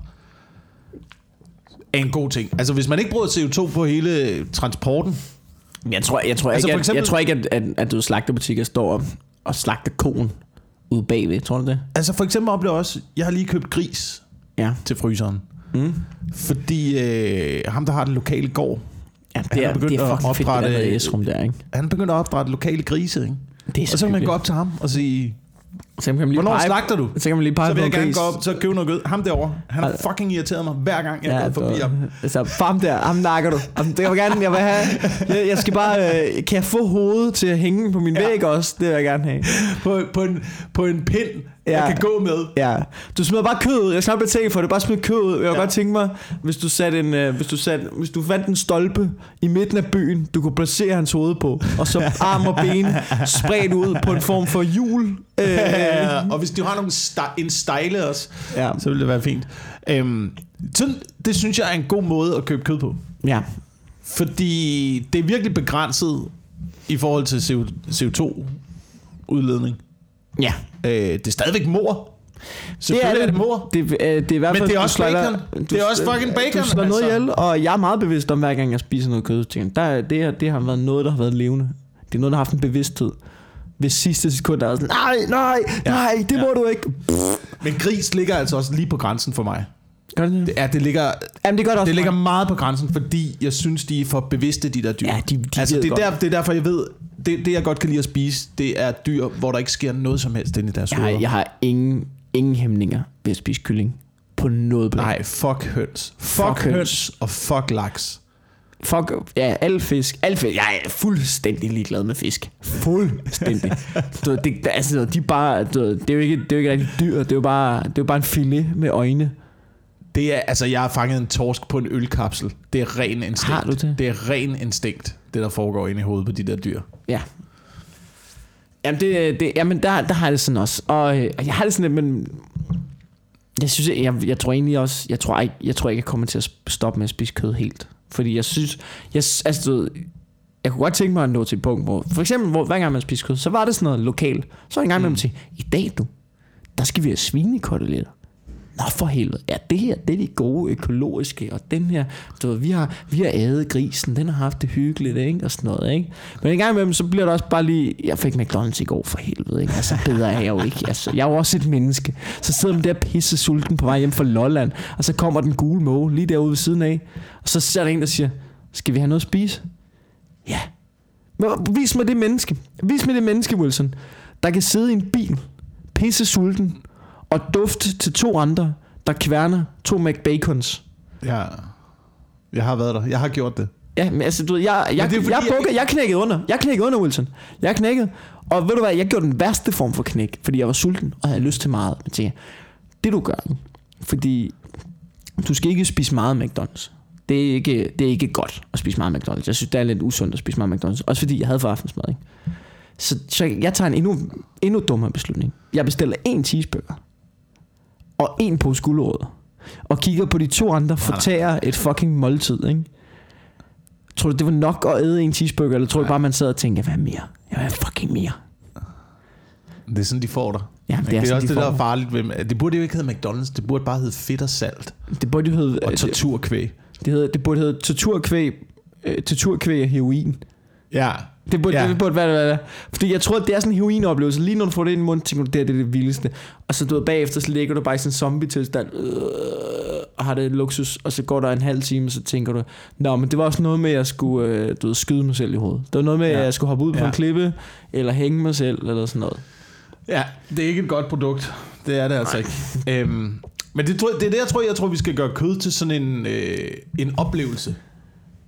Er en god ting. Altså, hvis man ikke bruger CO2 på hele transporten. Jeg tror ikke, at du slagterbutikker står og slagter koen ude bagved. Tror du det? Altså, for eksempel oplever jeg også, jeg har lige købt gris til fryseren. Fordi ham, der har den lokale gård, det er fucking fedt, det der Esrum der, ikke? Han begynder at opdrætte lokale grise, ikke? Det er og så kan man gå op til ham og sige, hvornår slagter du? Så kan man lige pege så vil jeg gerne gå op og købe noget kød. Ham derovre, han har fucking irriteret mig hver gang jeg går forbi ham. Altså, farm der, ham nakker du. Jeg vil have. Jeg skal bare, kan jeg få hovedet til at hænge på min væg også? Det vil jeg gerne have. På en pind, jeg kan gå med. Ja. Du smider bare kød ud. Jeg skal ikke betale for det. Bare smid kød ud. Jeg kunne godt tænke mig, hvis du fandt en stolpe i midten af byen, du kunne placere hans hoved på, og så arm og ben spredt ud på en form for hjul. Og hvis du har en stejle også, så vil det være fint. Det synes jeg er en god måde at købe kød på. Ja. Fordi det er virkelig begrænset i forhold til CO2-udledning. Ja. Det er stadigvæk mor. Selvfølgelig er det mor. Det er i hvert fald, men det er også bacon. Det er også fucking bacon. Du slår noget ihjel, og jeg er meget bevidst om, hver gang jeg spiser noget kød. Det har været noget, der har været levende. Det er noget, der har haft en bevidsthed. Ved sidste sekund, der er sådan, nej, det må du ikke. Men gris ligger altså også lige på grænsen for mig. Gør det? Det ligger, jamen, det gør det også det ligger meget på grænsen, fordi jeg synes, de er for bevidste, de der dyr. Ja, de altså, det er derfor, jeg ved, det jeg godt kan lide at spise, det er dyr, hvor der ikke sker noget som helst inde i deres hoveder. Jeg har ingen hæmninger ved at spise kylling på noget plan. Nej, fuck høns. Fuck høns og fuck laks. Fuck, ja, al fisk. Jeg er fuldstændig ligeglad med fisk. Fuldstændig. De bare, det er jo ikke rigtig dyr. Det er jo bare en filet med øjne. Det er, altså, jeg har fanget en torsk på en ølkapsel. Det er ren instinkt. Har du det? Det er ren instinkt, det der foregår inde i hovedet på de der dyr. Ja. Jamen, jamen der har jeg det sådan også. Og jeg har det sådan lidt, men jeg synes, jeg tror egentlig også, jeg tror ikke, jeg kommer til at stoppe med at spise kød helt. Fordi jeg synes, jeg kunne godt tænke mig at nå til et punkt, hvor for eksempel, hver gang man spiser kød, så var det sådan noget lokalt. Så en gang med dem til, i dag der skal vi have svinekoteletter. Nå for helvede, ja, det her, det er de gode økologiske, og den her, vi har ædet grisen, den har haft det hyggeligt, ikke, og sådan noget, ikke. Men en gang med dem, så bliver det også bare lige, jeg fik McDonald's i går for helvede, ikke, altså bedre er jeg jo ikke, altså, jeg er jo også et menneske, så sidder man der pisse sulten på vej hjem fra Lolland, og så kommer den gule måge lige derude ved siden af, og så ser der en, der siger, skal vi have noget at spise? Ja. Men vis mig det menneske, Wilson, der kan sidde i en bil, pisse sulten, og duft til 2 andre, der kværner 2 McBacons. Ja, jeg har været der. Jeg har gjort det. Ja, men altså, du ved, jeg knækkede under. Jeg knækkede under, Wilson. Jeg knækkede. Og ved du hvad, jeg gjorde den værste form for knæk, fordi jeg var sulten, og havde lyst til meget. Men tænkte, det du gør, fordi du skal ikke spise meget McDonald's. Det er ikke godt at spise meget McDonald's. Jeg synes, det er lidt usundt at spise meget McDonald's. Også fordi jeg havde for aftensmad, ikke? Så jeg tager en endnu dummere beslutning. Jeg bestiller 1 cheeseburger og 1 pose gulerødder, og kigger på de 2 andre, fortærer et fucking måltid, ikke? Tror du, det var nok at æde 1 cheeseburger, eller tror du bare, man sad og tænkte, hvad mere? Jeg vil have fucking mere. Det er sådan, de får dig. Ja, det er også det, der er farligt ved. Det burde jo ikke hedde McDonald's, det burde bare hedde fedt og salt. Det burde jo hedde... Og torturkvæg. Det burde hedde torturkvæg og heroin. Ja. Det burde være det. Fordi jeg tror, at det er sådan en heroinoplevelse. Lige når du får det i munden, tænker du, det er det vildeste. Og så bagefter, så ligger du bare i sådan en zombie-tilstand, og har det luksus, og så går der en halv time, og så tænker du, nå, men det var også noget med, at jeg skulle skyde mig selv i hovedet. Det var noget med, at jeg skulle hoppe ud på en klippe, eller hænge mig selv, eller sådan noget. Ja, det er ikke et godt produkt. Det er det altså ikke. Men det er det, jeg tror, vi skal gøre kød til sådan en oplevelse.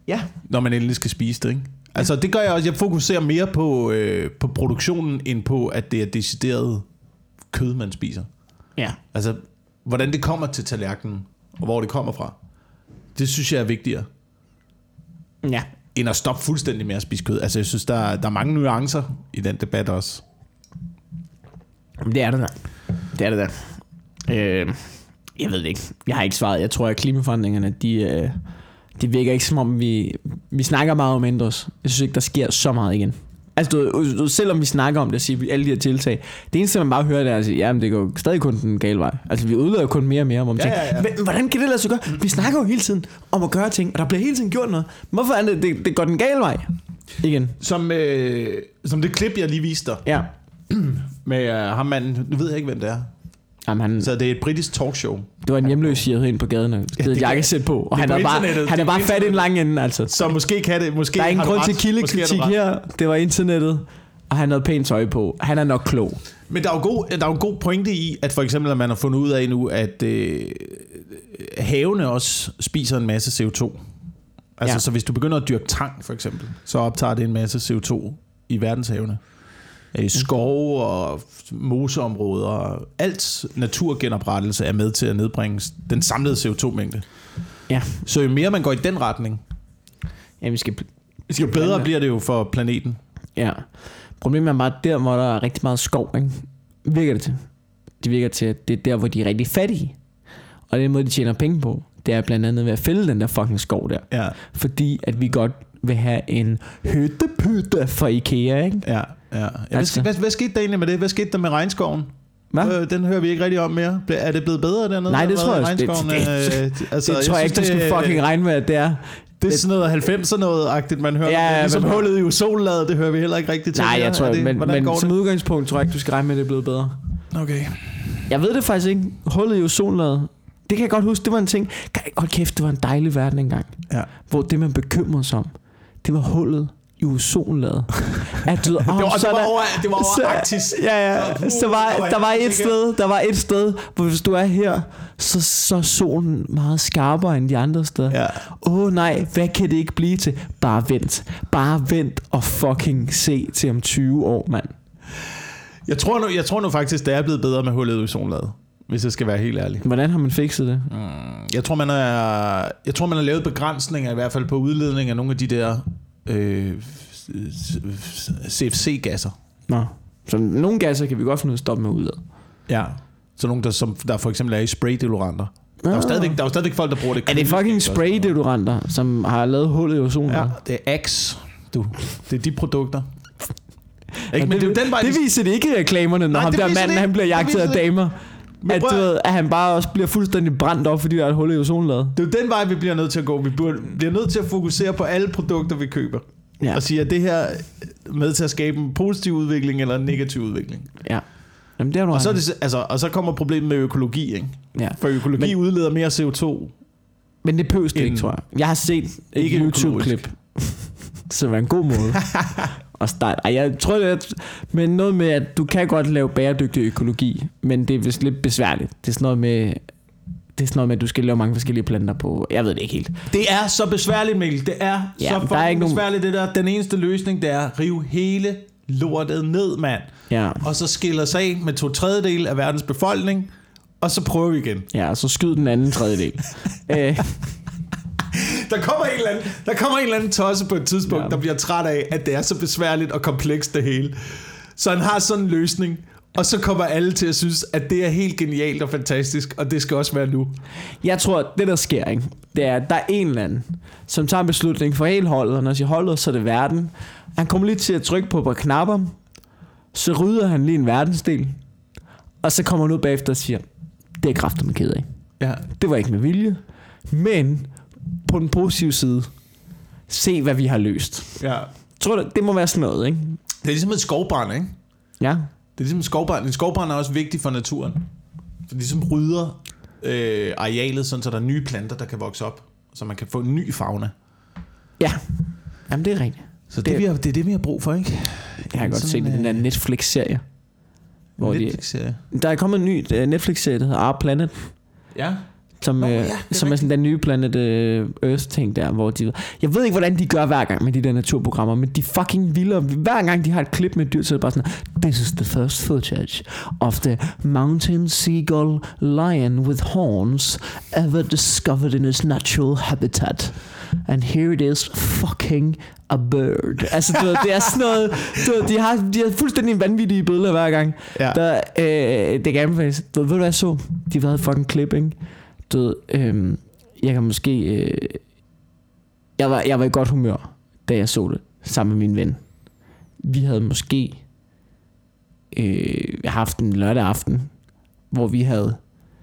Ja. Når man endelig skal spise det, ikke? Altså det gør jeg også. Jeg fokuserer mere på produktionen, end på, at det er decideret kød, man spiser. Ja. Altså, hvordan det kommer til tallerkenen, og hvor det kommer fra. Det synes jeg er vigtigere. Ja. End at stoppe fuldstændig med at spise kød. Altså, jeg synes, der er mange nuancer i den debat også. Det er det der. Det er det der. Jeg ved det ikke. Jeg har ikke svaret. Jeg tror, at klimaforandringerne, de virker ikke som om, vi snakker meget om ændres. Jeg synes ikke, der sker så meget igen. Altså, du, selvom vi snakker om det, siger vi alle de her tiltag. Det eneste, man bare hører, det er at sige, jamen, det går stadig kun den gale vej. Altså, vi udleder kun mere og mere, hvor man tænker, men hvordan kan det lade sig gøre? Vi snakker jo hele tiden om at gøre ting, og der bliver hele tiden gjort noget. Hvorfor er det går den gale vej? Igen. Som det klip, jeg lige viste dig. Ja. Med ham manden, nu ved jeg ikke, hvem det er. Jamen, så det er et britisk talkshow. Det var en hjemløs, jeg havde ind på gaden og givet jakkesæt på. Og han er bare fat i en lang ende, altså. Så måske kan det. Måske der er ingen grund til kildekritik her. Det var internettet, og han havde pænt tøj på. Han er nok klog. Men der er jo en god pointe i, at for eksempel, at man har fundet ud af nu, at havene også spiser en masse CO2. Altså, så hvis du begynder at dyrke tang, for eksempel, så optager det en masse CO2 i verdenshavene. I skove og moseområder og alt naturgenoprettelse er med til at nedbringe den samlede CO2-mængde. Ja. Så jo mere man går i den retning, jo bedre bliver det jo for planeten. Ja. Problemet er bare, der hvor der er rigtig meget skov, ikke? Virker det til. Det virker til, at det er der, hvor de er rigtig fattige. Og den måde, de tjener penge på, det er blandt andet ved at fælde den der fucking skov der. Ja. Fordi at vi godt vil have en hyttepytte for IKEA, ikke? Ja. Altså. Hvad skete der egentlig med det? Hvad skete der med regnskoven? Den hører vi ikke rigtig om mere. Er det blevet bedre dernede? Nej, det tror jeg. Det tror jeg ikke, du skal fucking regne med, at det er. Det er sådan noget 90'er noget-agtigt, man hører. Ja, ligesom hullet i ozonlaget, det hører vi heller ikke rigtigt til. Nej, jeg tror men som udgangspunkt tror jeg ikke, du skal regne med, at det er blevet bedre. Okay. Jeg ved det faktisk ikke. Hullet i ozonlaget. Det kan jeg godt huske, det var en ting. Hold kæft, det var en dejlig verden engang. Ja. Hvor det, man bekymrede sig om, det var hullet i ozonlaget. At det var over Arktis. Ja. Der var et sted, hvor hvis du er her, så er solen meget skarpere end de andre steder. Ja. Nej, hvad kan det ikke blive til? Bare vent og fucking se til om 20 år, mand. Jeg tror nu faktisk, det er blevet bedre med hullet i ozonlaget. Hvis jeg skal være helt ærlig. Hvordan har man fikset det? Jeg tror man har lavet begrænsninger i hvert fald på udledning af nogle af de der CFC-gasser. Nå. Så nogle gasser kan vi godt finde ud af at stoppe med at udlede. Ja. Så nogle der for eksempel er i spray-deodoranter. Der er jo stadigvæk folk, der bruger det. Er det fucking spray-deodoranter, som har lavet hullet i ozonen? Ja, det er Axe. Det er de produkter. Ikke, men det viser det ikke i reklamerne, når ham der manden han bliver jagtet af damer. At han bare også bliver fuldstændig brændt op, fordi der er et hul i ozonlaget. Det er jo den vej, vi bliver nødt til at gå. Vi bliver nødt til at fokusere på alle produkter, vi køber. Ja. Og sige, at det her er med til at skabe en positiv udvikling eller en negativ udvikling. Ja. Jamen, det er og, og så kommer problemet med økologi, ikke? Ja. For økologi udleder mere CO2. Men det pøs det ikke, tror jeg. Jeg har set et YouTube-klip. Så det var en god måde. Jeg tror det men noget med at du kan godt lave bæredygtig økologi, men det er vist lidt besværligt. Det er sådan noget med at du skal lave mange forskellige planter på. Jeg ved det ikke helt. Det er så besværligt, Mikkel. Det er så fucking besværligt det der. Den eneste løsning, det er at rive hele lortet ned, mand. Ja. Og så skiller sig af med 2/3 af verdens befolkning, og så prøver vi igen. Ja, og så skyd den anden tredjedel. Der kommer en eller anden tosse på et tidspunkt, der bliver træt af, at det er så besværligt og komplekst det hele. Så han har sådan en løsning, og så kommer alle til at synes, at det er helt genialt og fantastisk, og det skal også være nu. Jeg tror, det der sker, ikke, det er, at der er en eller anden, som tager en beslutning for hele holdet, og når jeg siger holdet, så er det verden. Han kommer lige til at trykke på et par knapper, så rydder han lige en verdensdel, og så kommer han ud bagefter og siger, det er kraftedeme ked af. Ja. Det var ikke med vilje, men på den positive side, se hvad vi har løst. Ja. Tror du, det må være sådan noget, ikke? Det er ligesom et skovbrand, ikke? Ja. Det er ligesom en skovbrand. En skovbrand er også vigtig for naturen. For det ligesom rydder arealet, sådan, så der er nye planter, der kan vokse op, så man kan få en ny fauna. Ja, jamen det er rigtigt. Så det er det, vi har brug for, ikke? Jeg har godt set den der Netflix-serie. Netflix-serie? Der er kommet en ny Netflix-serie, der hedder Our Planet. Ja. som er sådan den nye Planet Earth ting der, hvor de... Jeg ved ikke, hvordan de gør hver gang med de der naturprogrammer, men de fucking vilde. Hver gang de har et klip med et dyr, så er det bare sådan, this is the first footage of the mountain seagull lion with horns ever discovered in its natural habitat. And here it is fucking a bird. Altså, det er sådan noget... De har fuldstændig vanvittige billeder hver gang. Ja. Det kan anbefales. Ved du, hvad jeg så? De havde fucking klip, ikke? Jeg kan måske... Jeg var i godt humør, da jeg så det, sammen med min ven. Vi havde måske haft en lørdag aften, hvor vi havde...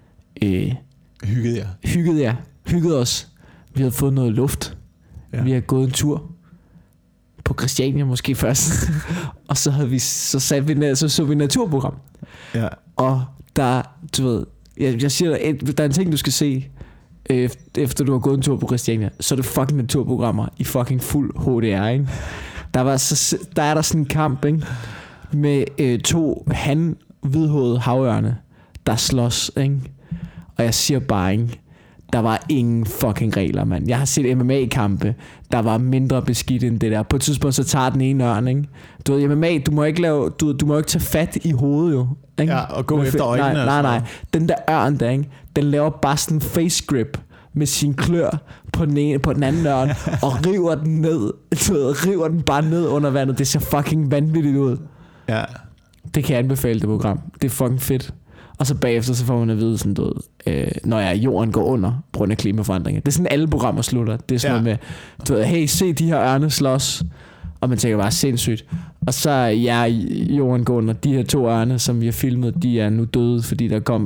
Hygget os. Vi havde fået noget luft. Ja. Vi havde gået en tur på Christiania måske først. Og så så vi naturprogram. Ja. Og der, du ved, jeg siger dig, der er en ting du skal se efter du har gået en tur på Christiania, så er det fucking naturprogrammer i fucking fuld HDR, ikke? Der er der sådan en kamp, ikke? Med 2 hvidhovede havørne, der slås, ikke? Og jeg siger bare, ikke? Der var ingen fucking regler, mand. Jeg har set MMA-kampe, der var mindre beskidt end det der. På et tidspunkt, så tager den ene ørn, ikke? Du ved, MMA, du må ikke tage fat i hovedet, jo. Ikke? Ja, og gå efter øjnene. Nej. Den der ørn der, ikke? Den laver bare sådan en face grip med sin klør på den anden ørn, og river den ned. River den bare ned under vandet. Det ser fucking vanvittigt ud. Ja. Det kan jeg anbefale, det program. Det er fucking fedt. Og så bagefter, så får man at vide sådan noget, når jorden går under på grund af klimaforandringer. Det er sådan, alle programmer slutter. Det er sådan noget med, du ved, hey, se de her ørne slås. Og man tænker bare, sindssygt. Og så jorden går under. De her 2 ørne, som vi har filmet, de er nu døde, fordi der kom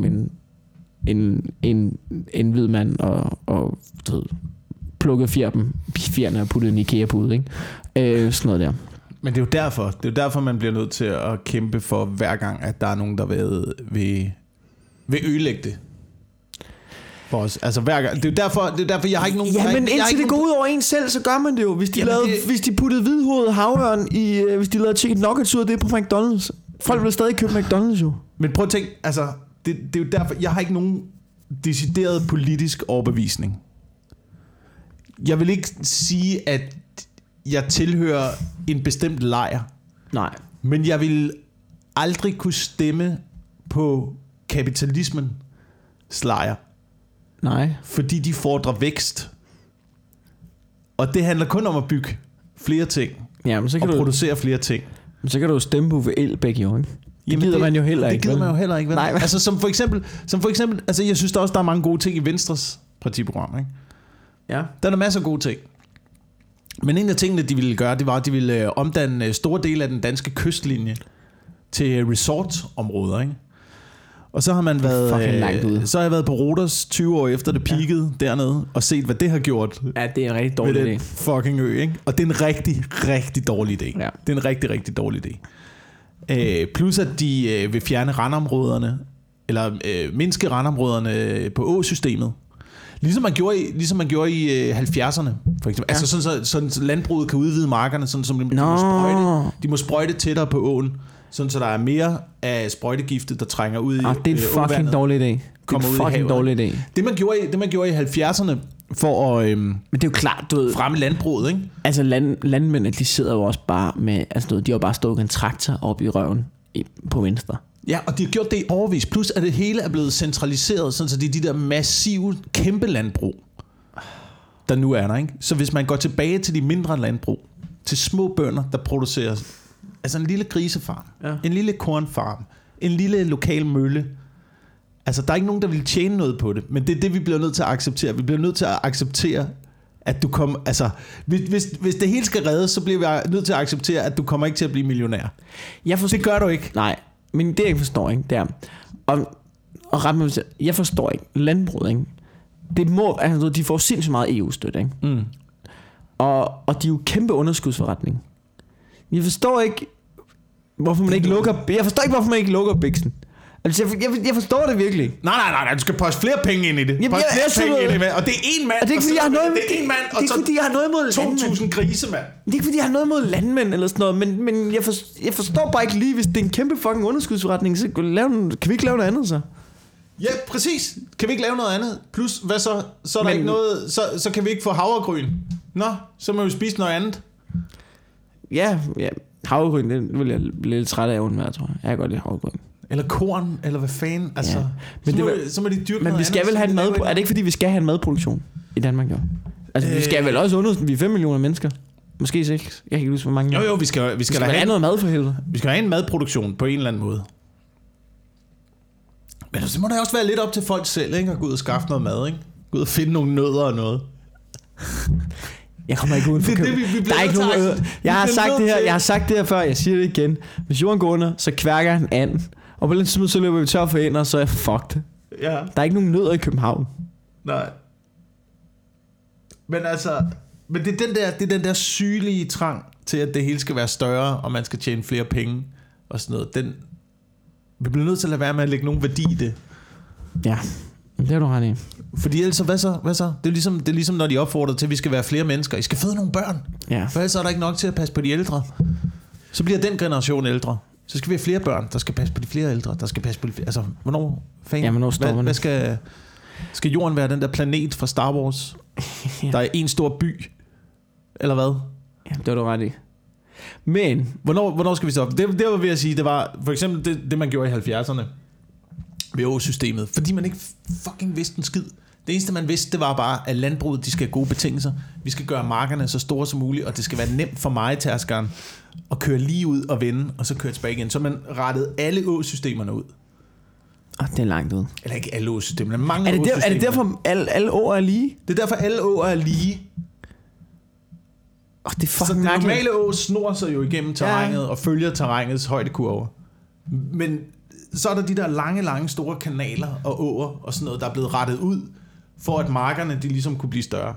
en hvid mand og du ved, plukkede fjerne og puttede en IKEA-pude, ikke? Sådan noget der. Men det er jo derfor, man bliver nødt til at kæmpe for hver gang, at der er nogen, der vil ødelægge det for os. Altså hver gang. Det er derfor, jeg har ikke nogen... Ja, men indtil det går ud over en selv, så gør man det jo. Hvis de puttede hvidhovedet havørn i... hvis de lavede chicken nuggets ud af det på McDonald's. Folk vil stadig købe McDonald's jo. Men prøv at tænke, altså... Det er jo derfor, jeg har ikke nogen decideret politisk overbevisning. Jeg vil ikke sige, at jeg tilhører en bestemt lejr. Nej. Men jeg vil aldrig kunne stemme på kapitalismens lejr. Nej. Fordi de fordrer vækst. Og det handler kun om at bygge flere ting. Ja, men så kan og producere flere ting. Men så kan du jo stemme på Elbæk jo, ikke? Det gider man jo heller ikke. Det gider man jo heller ikke. Nej. Altså som for eksempel, altså jeg synes der også, der er mange gode ting i Venstres partiprogram, ikke? Ja. Der er masser af gode ting. Men en af tingene, de ville gøre, det var, at de ville omdanne store dele af den danske kystlinje til resortområder, ikke? Og så har man været, så har jeg været på Rodos 20 år efter det peakede dernede, og set, hvad det har gjort. Ja, det er en rigtig dårlig idé. Fucking ø, ikke? Og det er en rigtig, rigtig dårlig idé. Ja. Det er en rigtig, rigtig dårlig idé. Plus at de vil fjerne randområderne, eller mindske randområderne på åsystemet. Ligesom man gjorde i 70'erne, for eksempel. Ja. Altså sådan landbruget kan udvide markerne, sådan som de må sprøjte tættere på åen, sådan så der er mere af sprøjtegiftet, der trænger ud i det er en fucking dårlig idé. Det man gjorde i 70'erne for at men det er jo klart, du ved, fremme landbruget, ikke? Altså landmændene, de sidder jo også bare med, altså de har bare stået en traktor op i røven på venstre. Ja, og de har gjort det i årevis. Plus at det hele er blevet centraliseret, sådan så det er de der massive, kæmpe landbrug, der nu er der, ikke? Så hvis man går tilbage til de mindre landbrug, til små bønder, der producerer altså en lille grisefarm, en lille kornfarm, en lille lokal mølle. Altså der er ikke nogen, der vil tjene noget på det, men det er det, vi bliver nødt til at acceptere. Vi bliver nødt til at acceptere, at du kommer... Altså, hvis det hele skal reddes, så bliver vi nødt til at acceptere, at du kommer ikke til at blive millionær. Det gør du ikke. Nej. Men det jeg forstår, ikke, det er, og ret med, jeg forstår ikke, landbruget, ikke, det må, altså de får sindssygt meget EU-støtte, ikke? Mm. Og de er jo kæmpe underskudsforretning. Jeg forstår ikke, hvorfor man ikke lukker Bixen. Altså, jeg forstår det virkelig. Nej, du skal poste flere penge ind i det. Og det er én mand. Og det er ikke fordi jeg har noget, det er én mand, og det er ikke fordi jeg har noget mod landmænd. 2.000 grise, mand. Det er ikke fordi jeg har noget mod landmænd eller sådan noget, men jeg forstår bare ikke lige, hvis det er en kæmpe fucking underskudsforretning, så kan vi ikke lave noget andet så? Ja, præcis. Kan vi ikke lave noget andet? Plus, hvad så? Så er der ikke noget... Så kan vi ikke få havregryn. Nå, så må vi spise noget andet. Ja. Havregryn, det vil jeg blive lidt træt af uden med, tror jeg. Jeg kan godt lide havregryn. Eller korn, eller hvad fanden. Altså, men så må de dyrke. Men vi skal vel have en mad... Er det ikke, fordi vi skal have en madproduktion i Danmark, jo? Altså, vi skal vel også vi er 5 millioner mennesker. Måske 6. Jeg kan ikke huske, hvor mange. Jo, vi skal have noget mad for helvede. Vi skal have en madproduktion på en eller anden måde. Men så må det også være lidt op til folk selv, ikke? At gå ud og skaffe noget mad, ikke? Gå ud og finde nogle nødder og noget. Jeg kommer ikke uden for køben. Der er ikke nogen Jeg har sagt det her før, jeg siger det igen. Hvis jorden går under, så kværker han and. Og på den tid, så løber vi tør for ender, så er jeg fucked. Ja. Der er ikke nogen nødder i København. Nej. Men altså... Men det er den der sygelige trang til, at det hele skal være større, og man skal tjene flere penge og sådan noget. Vi bliver nødt til at lade være med at lægge nogen værdi i det. Ja, det er du ret i. Fordi ellers, hvad så? Det er ligesom, når de opfordrer til, at vi skal være flere mennesker. I skal føde nogle børn. Ja. For ellers er der ikke nok til at passe på de ældre. Så bliver den generation ældre. Så skal vi have flere børn, der skal passe på de flere ældre. Der skal passe på de flere... Altså, hvornår stopper det? Skal jorden være den der planet fra Star Wars? Ja. Der er en stor by. Eller hvad? Ja, det var du ret i. Men hvornår skal vi stoppe? Det var ved at sige, det var for eksempel det man gjorde i 70'erne ved Å-systemet, fordi man ikke fucking vidste en skid. Det eneste man vidste, det var bare, at landbruget, de skal have gode betingelser. Vi skal gøre markerne så store som muligt, og det skal være nemt for majtærskeren at køre lige ud og vende, og så køre tilbage igen. Så man rettede alle Å-systemerne ud. Det er langt ud. Eller ikke alle Å-systemerne, mange Å-systemer. Er det derfor alle Å'er er lige? Det er derfor alle Å'er er lige. Det er så den normale Å snor sig jo igennem terrænet og følger terrænets højdekurver. Men så er der de der lange store kanaler og åer og sådan noget, der er blevet rettet ud, for at markerne de ligesom kunne blive større.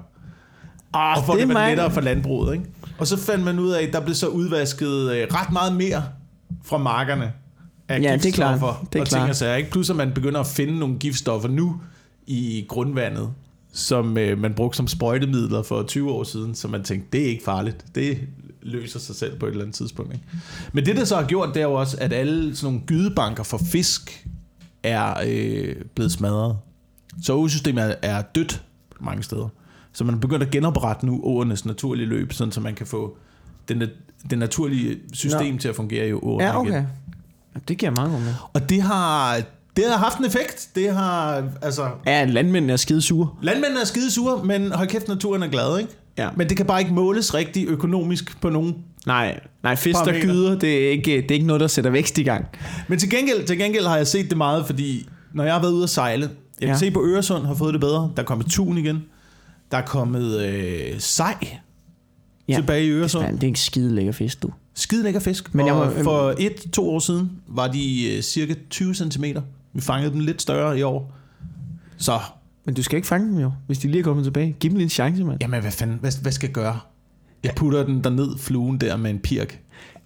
Og for det var lettere for landbruget, ikke? Og så fandt man ud af, at der blev så udvasket ret meget mere fra markerne af giftstoffer og ting og sager, ikke? Plus at man begynder at finde nogle giftstoffer nu i grundvandet, som man brugte som sprøjtemidler for 20 år siden, så man tænkte, det er ikke farligt. Det løser sig selv på et eller andet tidspunkt, ikke? Men det så har gjort, det er jo også, at alle sådan nogle gydebanker for fisk er blevet smadret. Så Å-systemet er dødt mange steder. Så man er begyndt at genoprette nu åernes naturlige løb, sådan så man kan få det naturlige system til at fungere i åerne igen. Okay. Det giver meget godt med. Og det har haft en effekt. Det har, altså... Ja, landmændene er skidesure. Landmændene er skidesure, men hold kæft, naturen er glad, ikke? Ja. Men det kan bare ikke måles rigtig økonomisk på nogen. Nej, fisk der gyder, det er ikke noget, der sætter vækst i gang. Men til gengæld har jeg set det meget, fordi når jeg har været ude at sejle, jeg kan se på Øresund har fået det bedre. Der er kommet tun igen. Der er kommet sej tilbage i Øresund. Det er ikke skide lækker fisk, du. Skide lækker fisk. Men for 1-2 år siden var de cirka 20 cm. Vi fangede dem lidt større i år. Så. Men du skal ikke fange dem jo, hvis de lige er kommet tilbage. Giv dem lige en chance, mand. Hvad fanden? Hvad skal jeg gøre? Jeg putter den derned, fluen der med en pirk.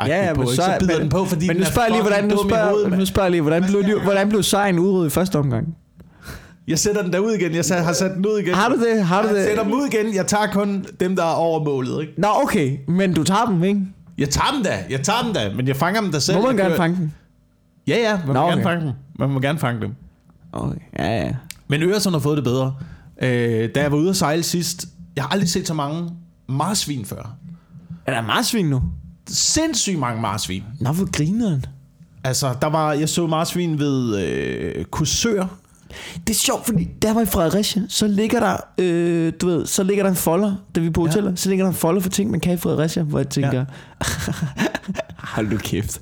Så bider den på, fordi men nu spørger lige, hvordan blev sejen udryddet i første omgang? Jeg sætter den derud igen. Jeg har sat den ud igen. Har du det? Jeg sætter dem ud igen. Jeg tager kun dem, der er over målet, ikke? Nå, okay. Men du tager dem, ikke? Jeg tager dem da. Men jeg fanger dem da selv. Må man gerne fange dem? Ja. Man må gerne fange dem. Man må gerne fange dem. Okay. Ja. Men Øresund har fået det bedre. Da jeg var ude at sejle sidst, jeg har aldrig set så mange marsvin før. Er der marsvin nu? Sindssygt mange marsvin. Nå, hvor grineren. Altså, jeg så marsvin ved Korsør. Det er sjovt, fordi der var i Fredericia, så ligger der, så ligger der en folder, da vi er på hoteller, så ligger der en folder for ting, man kan i Fredericia, hvor jeg tænker, hold du kæft.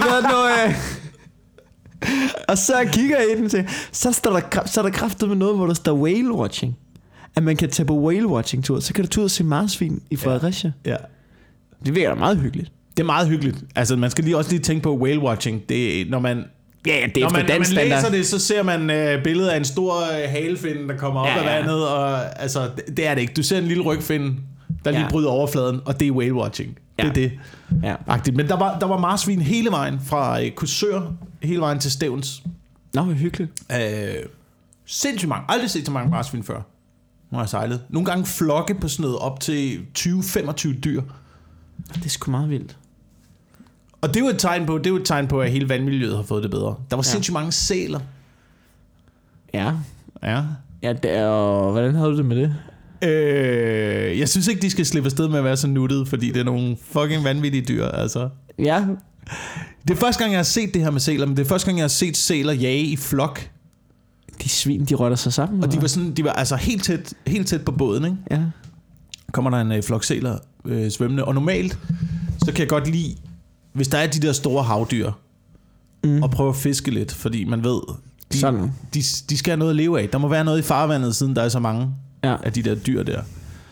Og så kigger jeg i den, så er der kraftet med noget, hvor der står whale watching. At man kan tage på whale watching tur, så kan du tage ud og se marsvin i Fredericia. Ja. Det virker da meget hyggeligt. Det er meget hyggeligt. Altså, man skal også lige tænke på whale watching. Det er, når man når man læser det, så ser man billedet af en stor halefinde, der kommer op af vandet, og altså, det er det ikke. Du ser en lille rygfinde, der lige bryder overfladen, og det er whale watching. Det er det. Ja. Men der var marsvin hele vejen fra Korsør, hele vejen til Stevns. Nå, hvor hyggeligt. Sindssygt mange. Aldrig set så mange marsvin før, når jeg sejlet. Nogle gange flokke på sådan noget op til 20-25 dyr. Det er sgu meget vildt. Og det er jo et tegn på, at hele vandmiljøet har fået det bedre. Der var sindssygt mange sæler. Ja. Ja. Ja, og hvordan havde du det med det? Jeg synes ikke, de skal slippe afsted med at være så nuttede, fordi det er nogle fucking vanvittige dyr, altså. Ja. Det er første gang, jeg har set det her med sæler, men det er første gang, jeg har set sæler jage i flok. De svin, de rotter sig sammen. Og de var altså helt tæt på båden, ikke? Ja. Kommer der en flok sæler svømmende, og normalt, så kan jeg godt lide, hvis der er de der store havdyr, og prøve at fiske lidt, fordi man ved, de skal have noget at leve af. Der må være noget i farvandet, siden der er så mange af de der dyr der.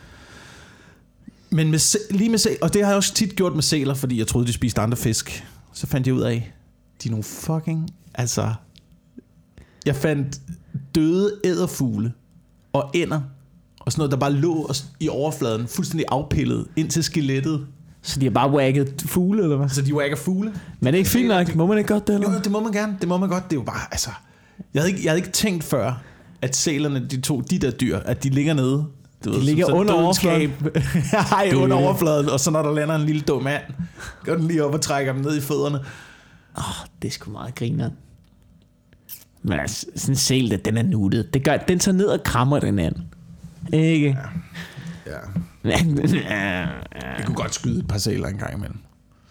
Men lige med sæler, og det har jeg også tit gjort med sæler, fordi jeg troede, de spiste andre fisk. Så fandt jeg ud af, de er nogle fucking, altså, jeg fandt døde edderfugle og ænder og sådan noget, der bare lå i overfladen, fuldstændig afpillet ind til skelettet. Så de har bare wagget fugle, eller hvad? Så de wagger fugle. Men det er ikke fint nok. Må man ikke godt det, eller? Jo, det må man gerne. Det må man godt. Det er jo bare, altså, jeg havde ikke tænkt før, at sælerne, de der dyr, at de ligger nede. De ligger under overfladen. Nej, under overfladen. Og så når der lander en lille dum mand, går den lige op og trækker dem ned i fødderne. Det er sgu meget griner. Men altså, sådan en sæl, den er nuttet. Det gør, den tager ned og krammer den anden. Ikke? Ja. Jeg kunne godt skyde et par sæler en gang imellem.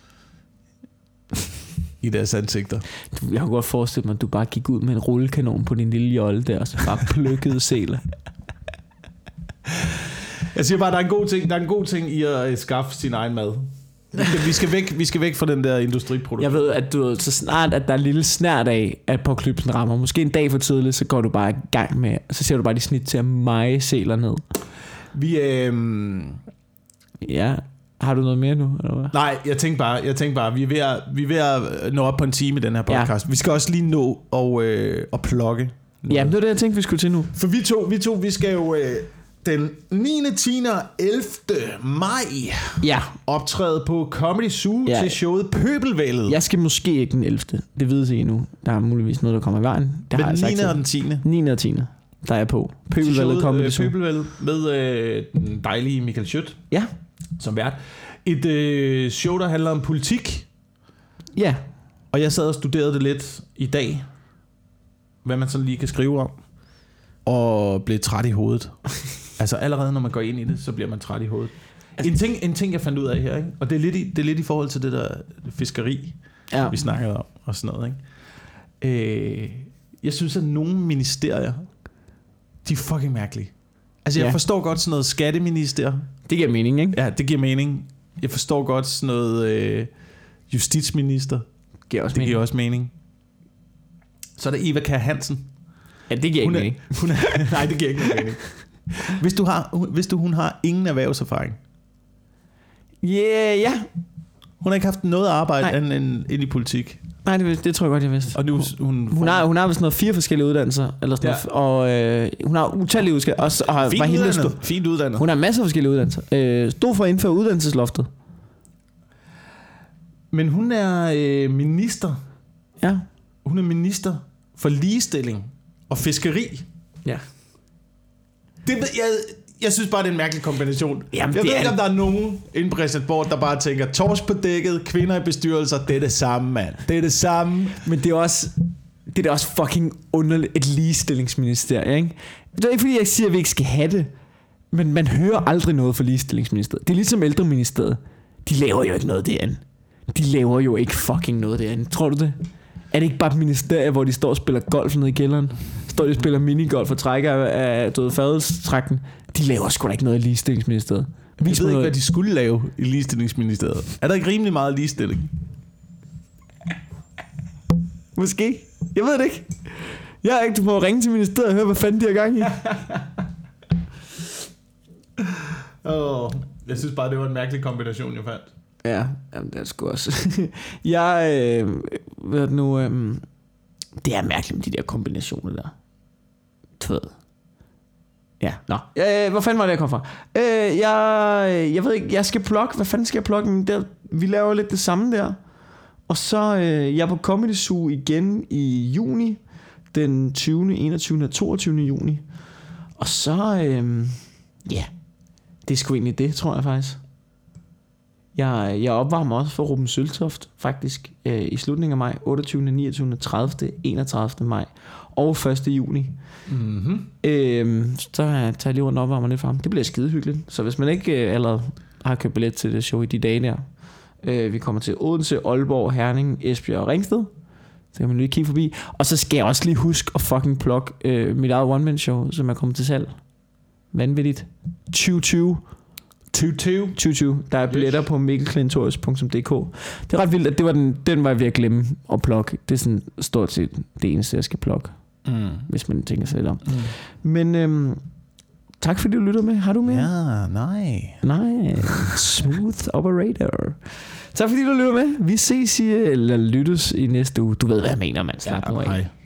I deres ansigter. Jeg kunne godt forestille mig, at du bare gik ud med en rullekanon på din lille jolle der, og så bare plukkede sæler. Jeg siger bare, der er en god ting i at skaffe sin egen mad. Vi skal væk fra den der industriproduktion. Jeg ved, at så snart at der er en lille snært af, at apokalypsen rammer, måske en dag for tidligt, så går du bare i gang med, så ser du bare de snit til at meje sæler ned. Ja, har du noget mere nu? Eller hvad? Nej, jeg tænkte bare, vi er ved at nå op på en time i den her podcast. Ja. Vi skal også lige nå og plukke. Ja, det var det, jeg tænkte, vi skulle til nu. For vi skal jo den 9., 10. og 11. maj optræde på Comedy Zoo til showet Pøbelvældet. Jeg skal måske ikke den 11. Det ved jeg endnu. Der er muligvis noget, der kommer i vejen. Det har den 9. og den 10. 9. og 10. Der er jeg på. Pøbelvældet Comedy Zoo. Pøbelvældet med den dejlige Michael Schødt som vært. Et show, der handler om politik. Ja. Og jeg sad og studerede det lidt i dag, hvad man sådan lige kan skrive om, og blev træt i hovedet. Altså allerede når man går ind i det, så bliver man træt i hovedet. En ting jeg fandt ud af her, ikke? Og det er lidt i forhold til det der fiskeri, vi snakkede om og sådan noget, ikke? Jeg synes at nogle ministerier, de er fucking mærkelige. Altså jeg forstår godt sådan noget skatteminister. Det giver mening, ikke? Ja, det giver mening. Jeg forstår godt sådan noget justitsminister. Det giver også mening. Så er der Eva Kjær Hansen. Ja, det giver ikke mening. Nej, det giver ikke mening. Hvis hun har ingen erhvervserfaring. Ja. Hun har ikke haft noget arbejde end i politik. Nej, det tror jeg godt, jeg vidste. Og nu, hun har sådan noget 4 forskellige uddannelser eller sådan noget, og hun har utallige uddannelser og fint uddannet. Hun har masser af forskellige uddannelser. Stod for at indføre uddannelsesloftet. Men hun er minister. Ja. Hun er minister for ligestilling og fiskeri. Ja. Jeg synes bare, det er en mærkelig kombination. Jamen, jeg ved ikke, om der er nogen inde på Christiansborg, der bare tænker, tors på dækket, kvinder i bestyrelser, det er det samme, mand. Det er det samme. Men det er også fucking underligt, et ligestillingsministerium, ikke? Det er ikke fordi, jeg siger, at vi ikke skal have det, men man hører aldrig noget fra ligestillingsministeriet. Det er ligesom ældreministeriet. De laver jo ikke noget derinde. De laver jo ikke fucking noget derinde. Tror du det? Er det ikke bare et ministerie, hvor de står og spiller golf nede i kælderen? Står de og spiller minigolf og trækker af fadelstrækken? De laver sgu da ikke noget i ligestillingsministeriet. Jeg ved ikke, hvad de skulle lave i ligestillingsministeriet. Er der ikke rimelig meget ligestilling? Måske. Jeg ved det ikke. Du må ringe til ministeriet og høre, hvad fanden de har gang i. Jeg synes bare, det var en mærkelig kombination, jeg fandt. Ja, jamen, det er sgu også. Det er mærkeligt med de der kombinationer der. Du ved. Ja, nå. Hvor fanden var det, jeg kom fra? Jeg ved ikke, jeg skal plukke. Hvad fanden skal jeg plukke? Vi laver lidt det samme der. Og så jeg er på Comedy Zoo igen i juni. Den 20., 21. og 22. juni. Og så, det er sgu egentlig det, tror jeg faktisk. Jeg opvarmer også for Ruben Søltoft, faktisk, i slutningen af maj, 28., 29., 30., 31. maj og 1. juni. Mm-hmm. Så tager jeg lige rundt og opvarmer lidt for ham. Det bliver skide hyggeligt. Så hvis man ikke allerede har købt billet til det show i de dage der, vi kommer til Odense, Aalborg, Herning, Esbjerg og Ringsted, så kan man lige kigge forbi. Og så skal jeg også lige huske at fucking plukke mit eget one-man-show, som er kommet til salg. Vanvittigt. 2020. Der er billetter på mikkelklintorius.dk. Det er ret vildt, at det var den var jeg ved at glemme at plukke. Det er sådan stort set det eneste, jeg skal plukke. Hvis man tænker sig lidt om. Men tak fordi du lytter med. Har du mere? Ja, nej. Smooth operator. Tak fordi du lytter med. Vi ses eller lyttes i næste uge. Du ved, hvad jeg mener, man. Slap nu af.